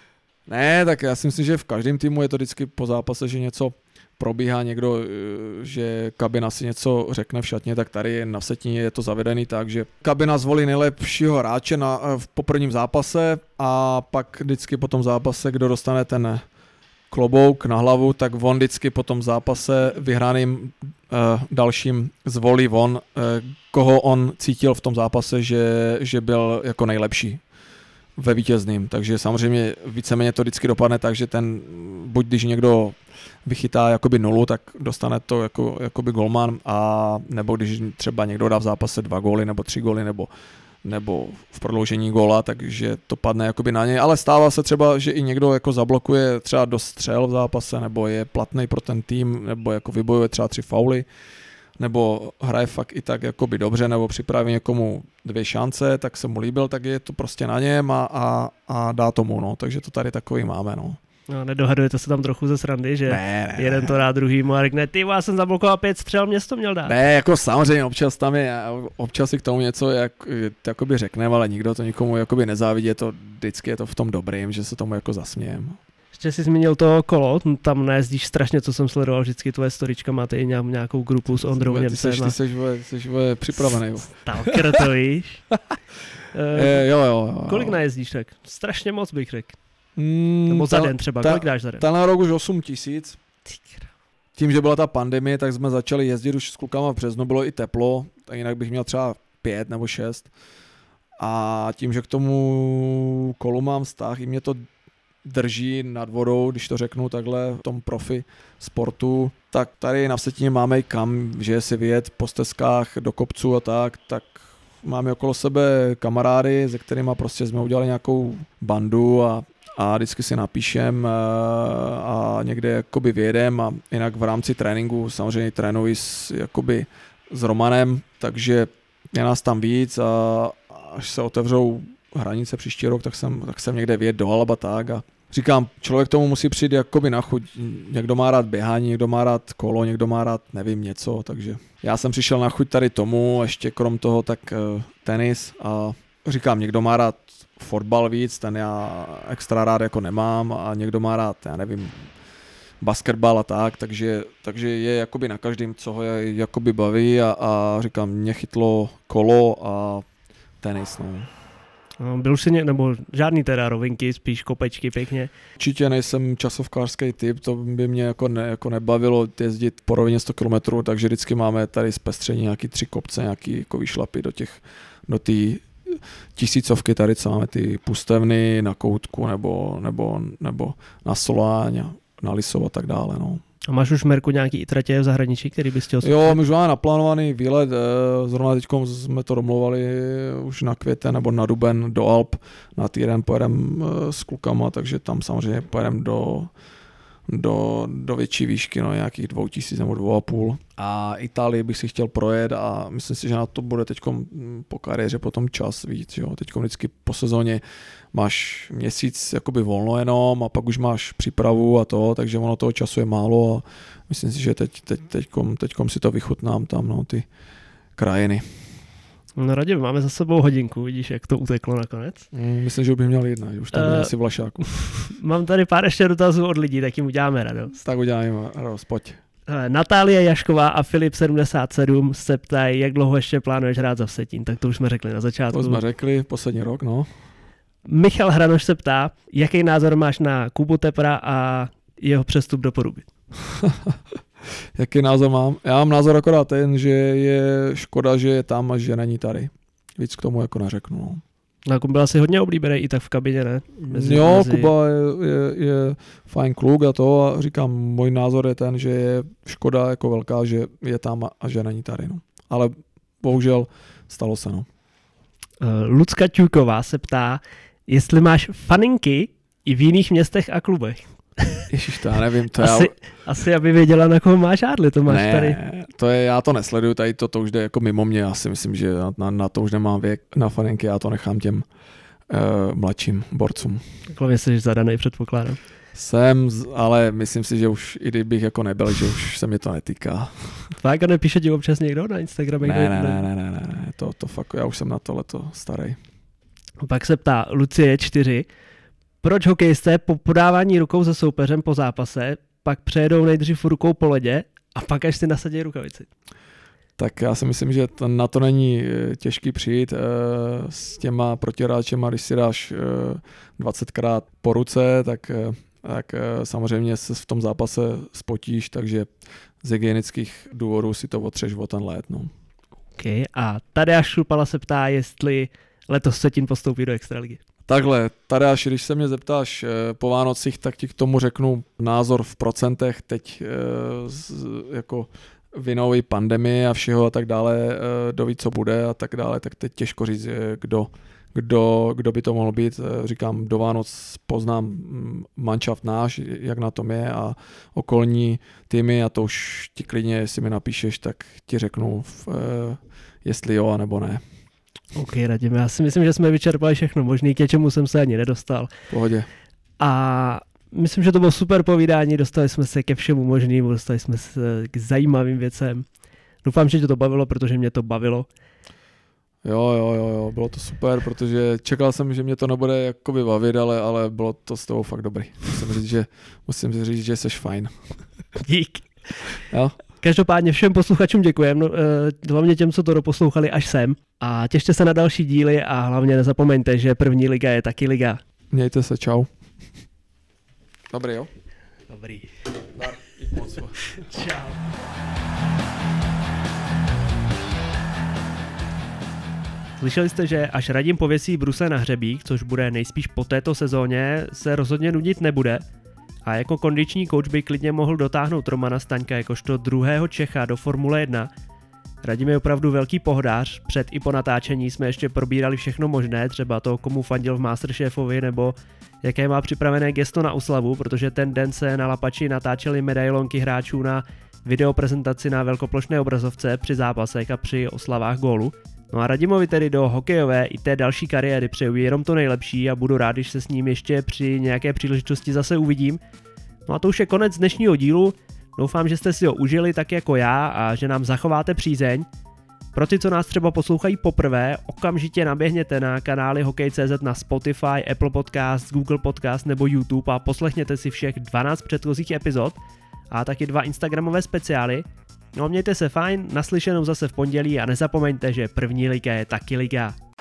Ne, tak já si myslím, že v každém týmu je to vždycky po zápase, že něco probíhá někdo, že kabina si něco řekne v šatně, tak tady na Vsetíně je to zavedený tak, že kabina zvolí nejlepšího hráče po prvním zápase a pak vždycky po tom zápase, kdo dostane ten klobouk na hlavu, tak on vždycky po tom zápase vyhraným dalším zvolí on, koho on cítil v tom zápase, že byl jako nejlepší ve vítězným. Takže samozřejmě víceméně to vždycky dopadne tak, že buď když někdo vychytá jakoby nulu, tak dostane to jakoby golman, a nebo když třeba někdo dá v zápase 2 góly nebo 3 góly nebo v prodloužení góla, takže to padne jakoby na něj, ale stává se třeba, že i někdo jako zablokuje třeba do střel v zápase, nebo je platný pro ten tým, nebo jako vybojuje třeba 3 fauly, nebo hraje fakt i tak jakoby dobře, nebo připraví někomu 2 šance, tak se mu líbil, tak je to prostě na něm a dá tomu, no, takže to tady takový máme, no. No, nedohadujete se tam trochu ze srandy, že ne. Jeden to dá druhýmu a řekne, ty já jsem zablokoval 5 střel, mě to měl dát. Ne, jako samozřejmě občas si k tomu něco jakoby řekneme, ale nikdo to nikomu jakoby nezávidí, vždycky je to v tom dobrým, že se tomu jako zasmějem. Ještě jsi zmínil to kolo, tam nejezdíš strašně, co jsem sledoval, vždycky tvoje storička, máte i nějakou grupu s Ondrou Němcem. Ty jsi připravený. Stalker to víš. Jo. Kolik najezdíš tak? Strašně moc bych řekl. Nebo za den třeba, kolik dáš za den? Na rok už 8 000. Tím, že byla ta pandemie, tak jsme začali jezdit už s klukama v březnu, bylo i teplo, tak jinak bych měl třeba 5 nebo 6. A tím, že k tomu kolu mám vztah, i mě to drží nad vodou, když to řeknu takhle, v tom profi sportu, tak tady na Vsetíně máme i kam, že si vyjet po stezkách do kopců a tak máme okolo sebe kamarády, se kterými prostě jsme udělali nějakou bandu a vždycky si napíšem a někde jakoby vyjedem a jinak v rámci tréninku samozřejmě trénuji s Romanem, takže je nás tam víc a až se otevřou hranice příští rok, tak jsem někde vyjet do Alba tak a říkám, člověk tomu musí přijít jakoby na chuť. Někdo má rád běhání, někdo má rád kolo, někdo má rád nevím něco, takže já jsem přišel na chuť tady tomu, ještě krom toho tak tenis a říkám, někdo má rád fotbal víc, ten já extra rád jako nemám a někdo má rád, já nevím, basketbal a tak, takže je jakoby na každém, co ho jakoby baví a říkám, mě chytlo kolo a tenis, no. Byl už si nebo žádný teda rovinky, spíš kopečky pěkně? Určitě nejsem časovkářský typ, to by mě jako nebavilo jezdit po rovině 100 km, takže vždycky máme tady zpestření nějaký 3 kopce, nějaký jako výšlapy do té tisícovky tady, co máme ty pustevny na Koutku nebo na Soláň, na Lisov a tak dále, no. A máš už, Merku, nějaký i tratě v zahraničí, který bys chtěl? Jo, my už máme naplánovaný výlet, zrovna teď jsme to domluvali už na květen nebo na duben do Alp, na týden pojedeme s klukama, takže tam samozřejmě pojedeme do větší výšky, no, nějakých 2000 nebo 2500. A Itálii bych si chtěl projet a myslím si, že na to bude teďkom po kariéře potom čas víc. Jo. Teďkom vždycky po sezóně máš měsíc jakoby volno jenom a pak už máš přípravu a to, takže ono toho času je málo a myslím si, že teďkom si to vychutnám tam, no, ty krajiny. No Radim, máme za sebou hodinku, vidíš, jak to uteklo nakonec. Myslím, že bych měl jedna, že už tam je asi Vlašáku. Mám tady pár ještě dotazů od lidí, tak jim uděláme radost. Tak uděláme radost, pojď. Natálie Jašková a Filip77 se ptají, jak dlouho ještě plánuješ hrát za Vsetín, tak to už jsme řekli na začátku. To jsme řekli, poslední rok, no. Michal Hranoš se ptá, jaký názor máš na Kubu Tepra a jeho přestup do Poruby? Jaký názor mám? Já mám názor akorát ten, že je škoda, že je tam a že není tady. Víc k tomu jako neřeknu. No. No, Kuba byl asi hodně oblíbený i tak v kabině, ne? Mezi... Kuba je fajn kluk a to a říkám, můj názor je ten, že je škoda jako velká, že je tam a že není tady. No. Ale bohužel stalo se. No. Lucka Ťuková se ptá, jestli máš faninky i v jiných městech a klubech. Ježiš, to já nevím. To asi aby věděla, na koho máš hádli, to máš tady. Já to nesleduju, tady to už jde jako mimo mě, já si myslím, že na to už nemám věk na faninky, já to nechám těm mladším borcům. Takhle jsi zadanej, předpokládám. Jsem, ale myslím si, že už i kdybych jako nebyl, že už se mě to netýká. Fakt, a nepíše ti občas někdo na Instagramu? Ne, to fakt, já už jsem na tohleto starý. Pak se ptá Lucie 4, proč hokejisté po podávání rukou se soupeřem po zápase pak přejedou nejdřív rukou po ledě a pak až si nasadí rukavici? Tak já si myslím, že na to není těžký přijít s těma protihráčema, když si dáš 20krát po ruce, tak samozřejmě se v tom zápase spotíš, takže z hygienických důvodů si to otřeš o ten led. No. Okay, a Tadeáš Šlupala se ptá, jestli letos Vsetín postoupí do extraligy. Takhle, Tadeáš, když se mě zeptáš po Vánocích, tak ti k tomu řeknu názor v procentech, teď jako vinou i pandemie a všeho a tak dále, doví, co bude a tak dále, tak teď těžko říct, kdo by to mohl být. Říkám, do Vánoc poznám manšaft náš, jak na tom je a okolní týmy a to už ti klidně, jestli mi napíšeš, tak ti řeknu, jestli jo, nebo ne. OK, Radim, já si myslím, že jsme vyčerpali všechno možný, k čemu jsem se ani nedostal. V pohodě. A myslím, že to bylo super povídání, dostali jsme se ke všemu možnému, dostali jsme se k zajímavým věcem. Doufám, že tě to bavilo, protože mě to bavilo. Jo, bylo to super, protože čekal jsem, že mě to nebude jakoby bavit, ale bylo to s tebou fakt dobrý. Musím říct, že jsi fajn. Dík. Jo? Každopádně všem posluchačům děkujem, hlavně těm, co to doposlouchali až sem. A těšte se na další díly a hlavně nezapomeňte, že první liga je taky liga. Mějte se, čau. Dobrý, jo? Dobrý. Tak, moc. Čau. Slyšeli jste, že až Radim pověsí brusle na hřebík, což bude nejspíš po této sezóně, se rozhodně nudit nebude. A jako kondiční coach by klidně mohl dotáhnout Romana Staňka jakožto druhého Čecha do Formule 1. Radim je opravdu velký pohodář, před i po natáčení jsme ještě probírali všechno možné, třeba to, komu fandil v Masterchefovi, nebo jaké má připravené gesto na oslavu, protože ten den se na Lapači natáčely medailonky hráčů na videoprezentaci na velkoplošné obrazovce při zápasech a při oslavách gólu. No a Radimovi tedy do hokejové i té další kariéry přeju jenom to nejlepší a budu rád, když se s ním ještě při nějaké příležitosti zase uvidím. No a to už je konec dnešního dílu, doufám, že jste si ho užili tak jako já a že nám zachováte přízeň. Pro ty, co nás třeba poslouchají poprvé, okamžitě naběhněte na kanály Hokej.cz na Spotify, Apple Podcast, Google Podcast nebo YouTube a poslechněte si všech 12 předchozích epizod a taky 2 instagramové speciály. No mějte se fajn, naslyšenou zase v pondělí a nezapomeňte, že první liga je taky liga.